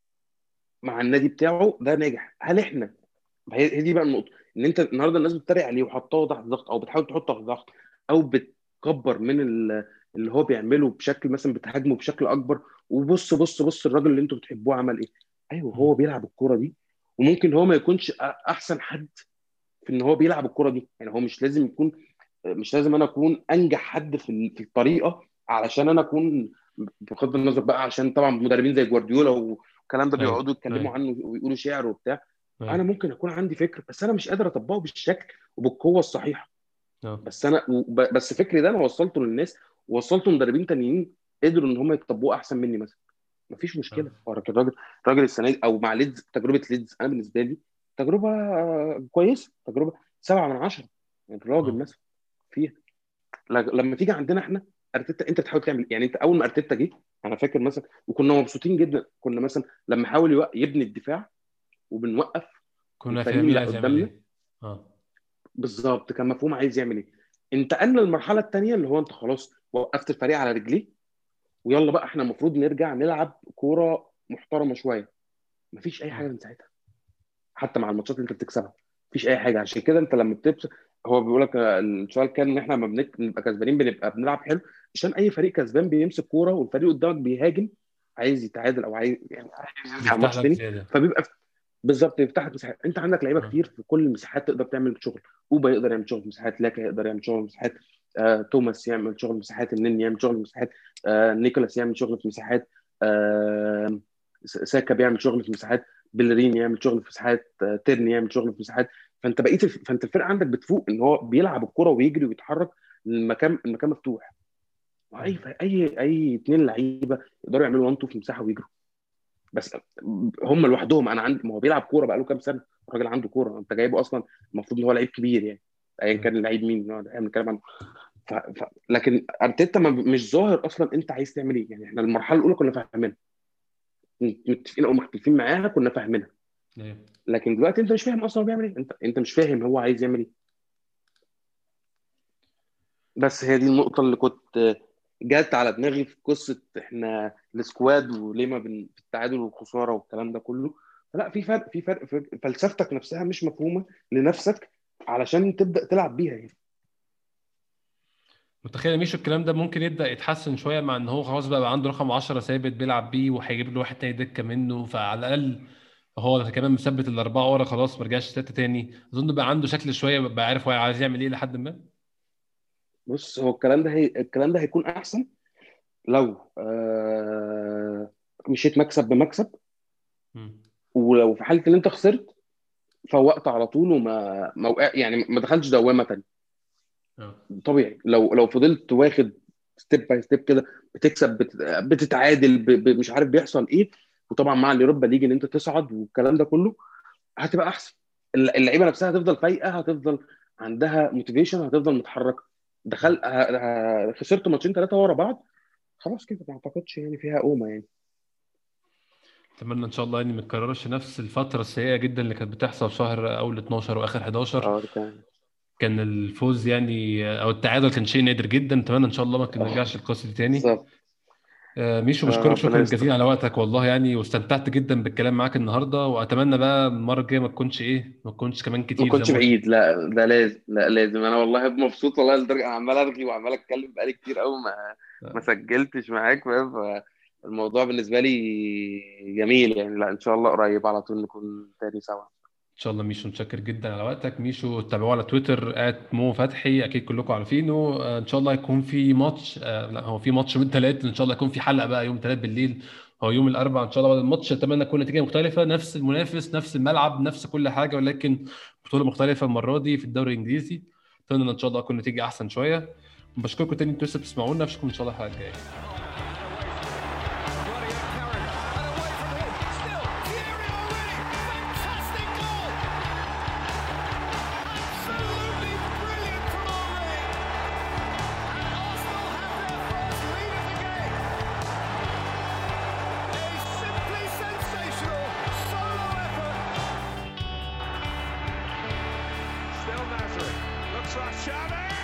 مع النادي بتاعه ده ناجح. هل احنا هي هي دي بقى النقطة، ان انت النهارده الناس بتتريق عليه وحطاه تحت ضغط او بتحاول تحطه تحت ضغط او بتكبر من ال- اللي هو بيعمله بشكل مثلا بتهاجمه بشكل اكبر. وبص بص بص الراجل اللي انتوا بتحبوه عمل ايه. ايوه مم. هو بيلعب الكرة دي، وممكن هو ما يكونش أ- احسن حد في ان هو بيلعب الكرة دي. يعني هو مش لازم يكون، مش لازم انا اكون انجح حد في ال- في الطريقه علشان انا اكون، بغض النظر بقى عشان طبعا مدربين زي جوارديولا والكلام ده ايوه. بيقعدوا يتكلموا ايوه. عنه ويقولوا شعر وبتاع. انا ايوه. ممكن اكون عندي فكر بس انا مش قادر اطبقه بالشكل وبالقوه الصحيحه. اه. بس انا وب- بس فكري ده انا وصلته للناس ووصلته لمدربين تانيين قدروا ان هم يطبقوه احسن مني مثلا. مفيش اه. مشكله. هو الراجل الراجل السنه دي او مع ليدز، تجربه ليدز انا بالنسبه لي تجربه آه، كويسه، تجربه سبعه من عشره. يعني الراجل اه. مثلا فيها. ل- لما تيجي عندنا احنا ارتيتا، انت بتحاول تعمل يعني انت اول ما ارتيتا جه انا فاكر مثلا وكنا مبسوطين جدا، كنا مثلا لما حاول يوق- يبني الدفاع وبنوقف كنا الفريق فاهمين اللي عايز يعمل قدامنا. ايه. اه. بالظبط كان مفهوم عايز يعمل ايه. انتقلنا للمرحله الثانيه اللي هو انت خلاص وقفت الفريق على رجليه، ويلا بقى احنا المفروض نرجع نلعب كوره محترمه شويه. مفيش اي مم. حاجه من ساعتها، حتى مع الماتشات اللي انت بتكسبها مفيش اي حاجه. عشان كده انت لما بتبس، هو بيقول لك آه، السؤال كان ان احنا لما بنك- بنبقى كسبانين بنبقى بنلعب حلو عشان اي فريق كسبان بيمسك كوره والفريق قدامك بيهاجم عايز يتعادل او عايز يعني عايز يرجع بيفتح الماتش لك تاني. زياده. فبيبقى بالظبط يفتح لك مساحات. انت عندك لعيبه اه. كتير في كل المساحات تقدر تعمل شغل. اوبا يقدر يعمل شغل في مساحات، لاكا يقدر يعمل شغل في مساحات، آه، توماس يعمل شغل في مساحات، النني يعمل شغل في مساحات، آه، نيكولاس يعمل شغل في مساحات، آه، ساكا بيعمل شغل في مساحات، بيلرين يعمل شغل في مساحات، آه، تيرني يعمل شغل في مساحات. فانت بقيت الف... فانت الفرقه عندك بتفوق ان هو بيلعب الكره ويجري ويتحرك، المكان المكان مفتوح. مم. اي اي اي اثنين لعيبه يقدروا يعملوا وان تو في مساحه ويجروا. بس هم لوحدهم انا عندي، ما هو بيلعب كوره بقاله كام سنه، الراجل عنده كوره انت جايبه اصلا، المفروض ان هو لعيب كبير يعني ايا مم. كان اللعيب مين هو احنا بنتكلم عنه. ف... ف... لكن ارتيتا ما... مش ظاهر اصلا انت عايز تعمل ايه. يعني احنا المرحله الاولى كنا فاهمينها، متفقين او مختلفين معاها كنا فاهمينها. ايوه. لكن دلوقتي انت مش فاهم اصلا هو بيعمل ايه، انت انت مش فاهم هو عايز يعمل ايه. بس هي دي النقطه اللي كنت جات على دماغي في قصه احنا السكواد وليه ما بن... في التعادل والخساره والكلام ده كله. لا في فرق في فرق في فلسفتك نفسها مش مفهومه لنفسك علشان تبدا تلعب بيها يعني. متخيل ميشو الكلام ده ممكن يبدأ يتحسن شوية مع ان هو خلاص بقى عنده رقم عشرة ثابت بيلعب بيه، وهيجيب له واحد تاني دكة منه، فعلى الأقل هو كمان مثبت الأربعة ورا خلاص ما رجعش ستة تاني. أظن بقى عنده شكل شوية بقى عارف هو عايز يعمل إيه لحد ما. بص هو الكلام ده هي... الكلام ده هيكون احسن لو آه... مشيت مكسب بمكسب، مم. ولو في حاله ان انت خسرت فوقت على طول وما ما وقع... يعني ما دخلتش دوامه تانيه. اه. طبيعي لو لو فضلت واخد ستيب باي ستيب كده بتكسب بت... بتتعادل ب... ب... مش عارف بيحصل ايه. وطبعا مع اليوروبا ليج ان انت تصعد والكلام ده كله هتبقى احسن. الل- اللعيبه نفسها هتفضل فايقه، هتفضل عندها موتيفيشن، هتفضل متحركه. دخل ه... ه... خسرت ماتشين ثلاثه ورا بعض خلاص كده ما اعتقدش يعني فيها قومه يعني. اتمنى ان شاء الله اني ما تكررش نفس الفتره السيئه جدا اللي كانت بتحصل في شهر اول اتناشر واخر حداشر. اه ده كان كان الفوز يعني او التعادل كان شيء نادر جدا، اتمنى ان شاء الله ما اه نرجعش القصه دي تاني. بالظبط. آه، ميشو آه بشكرك ربنا شكرا يستر. جزيلا على وقتك والله يعني، واستمتعت جدا بالكلام معاك النهارده، واتمنى بقى المره الجايه ما تكونش ايه ما تكونش كمان ما كتير زي كنتش ما قلت. بعيد، لا ده لازم، لا لازم. انا والله مبسوط والله لدرجه انا عمال ارغي وعمال اتكلم بقالي كتير قوي ما ما آه، سجلتش معاك فاهم. فالموضوع بالنسبه لي جميل يعني. لا ان شاء الله قريب على طول نكون تاني سوا. ان شاء الله ميشو، متشكر جدا على وقتك. ميشو تابعوه على تويتر ات مو فتحي، اكيد كلكم عارفينه. آه، ان شاء الله يكون في ماتش، آه، لا هو في ماتش من ثلاث، ان شاء الله يكون في حلقه بقى يوم ثلاث بالليل او يوم الاربعاء ان شاء الله بعد الماتش. اتمنى تكون نتيجه مختلفه، نفس المنافس نفس الملعب نفس كل حاجه، ولكن بطوله مختلفه المره دي في الدوري الانجليزي. اتمنى ان شاء الله تكون نتيجه احسن شويه. بشكركم تاني انتوا لسه بتسمعونا، اشوفكم ان شاء الله الحلقه الجايه. Still Nazareth. Looks like Xavi.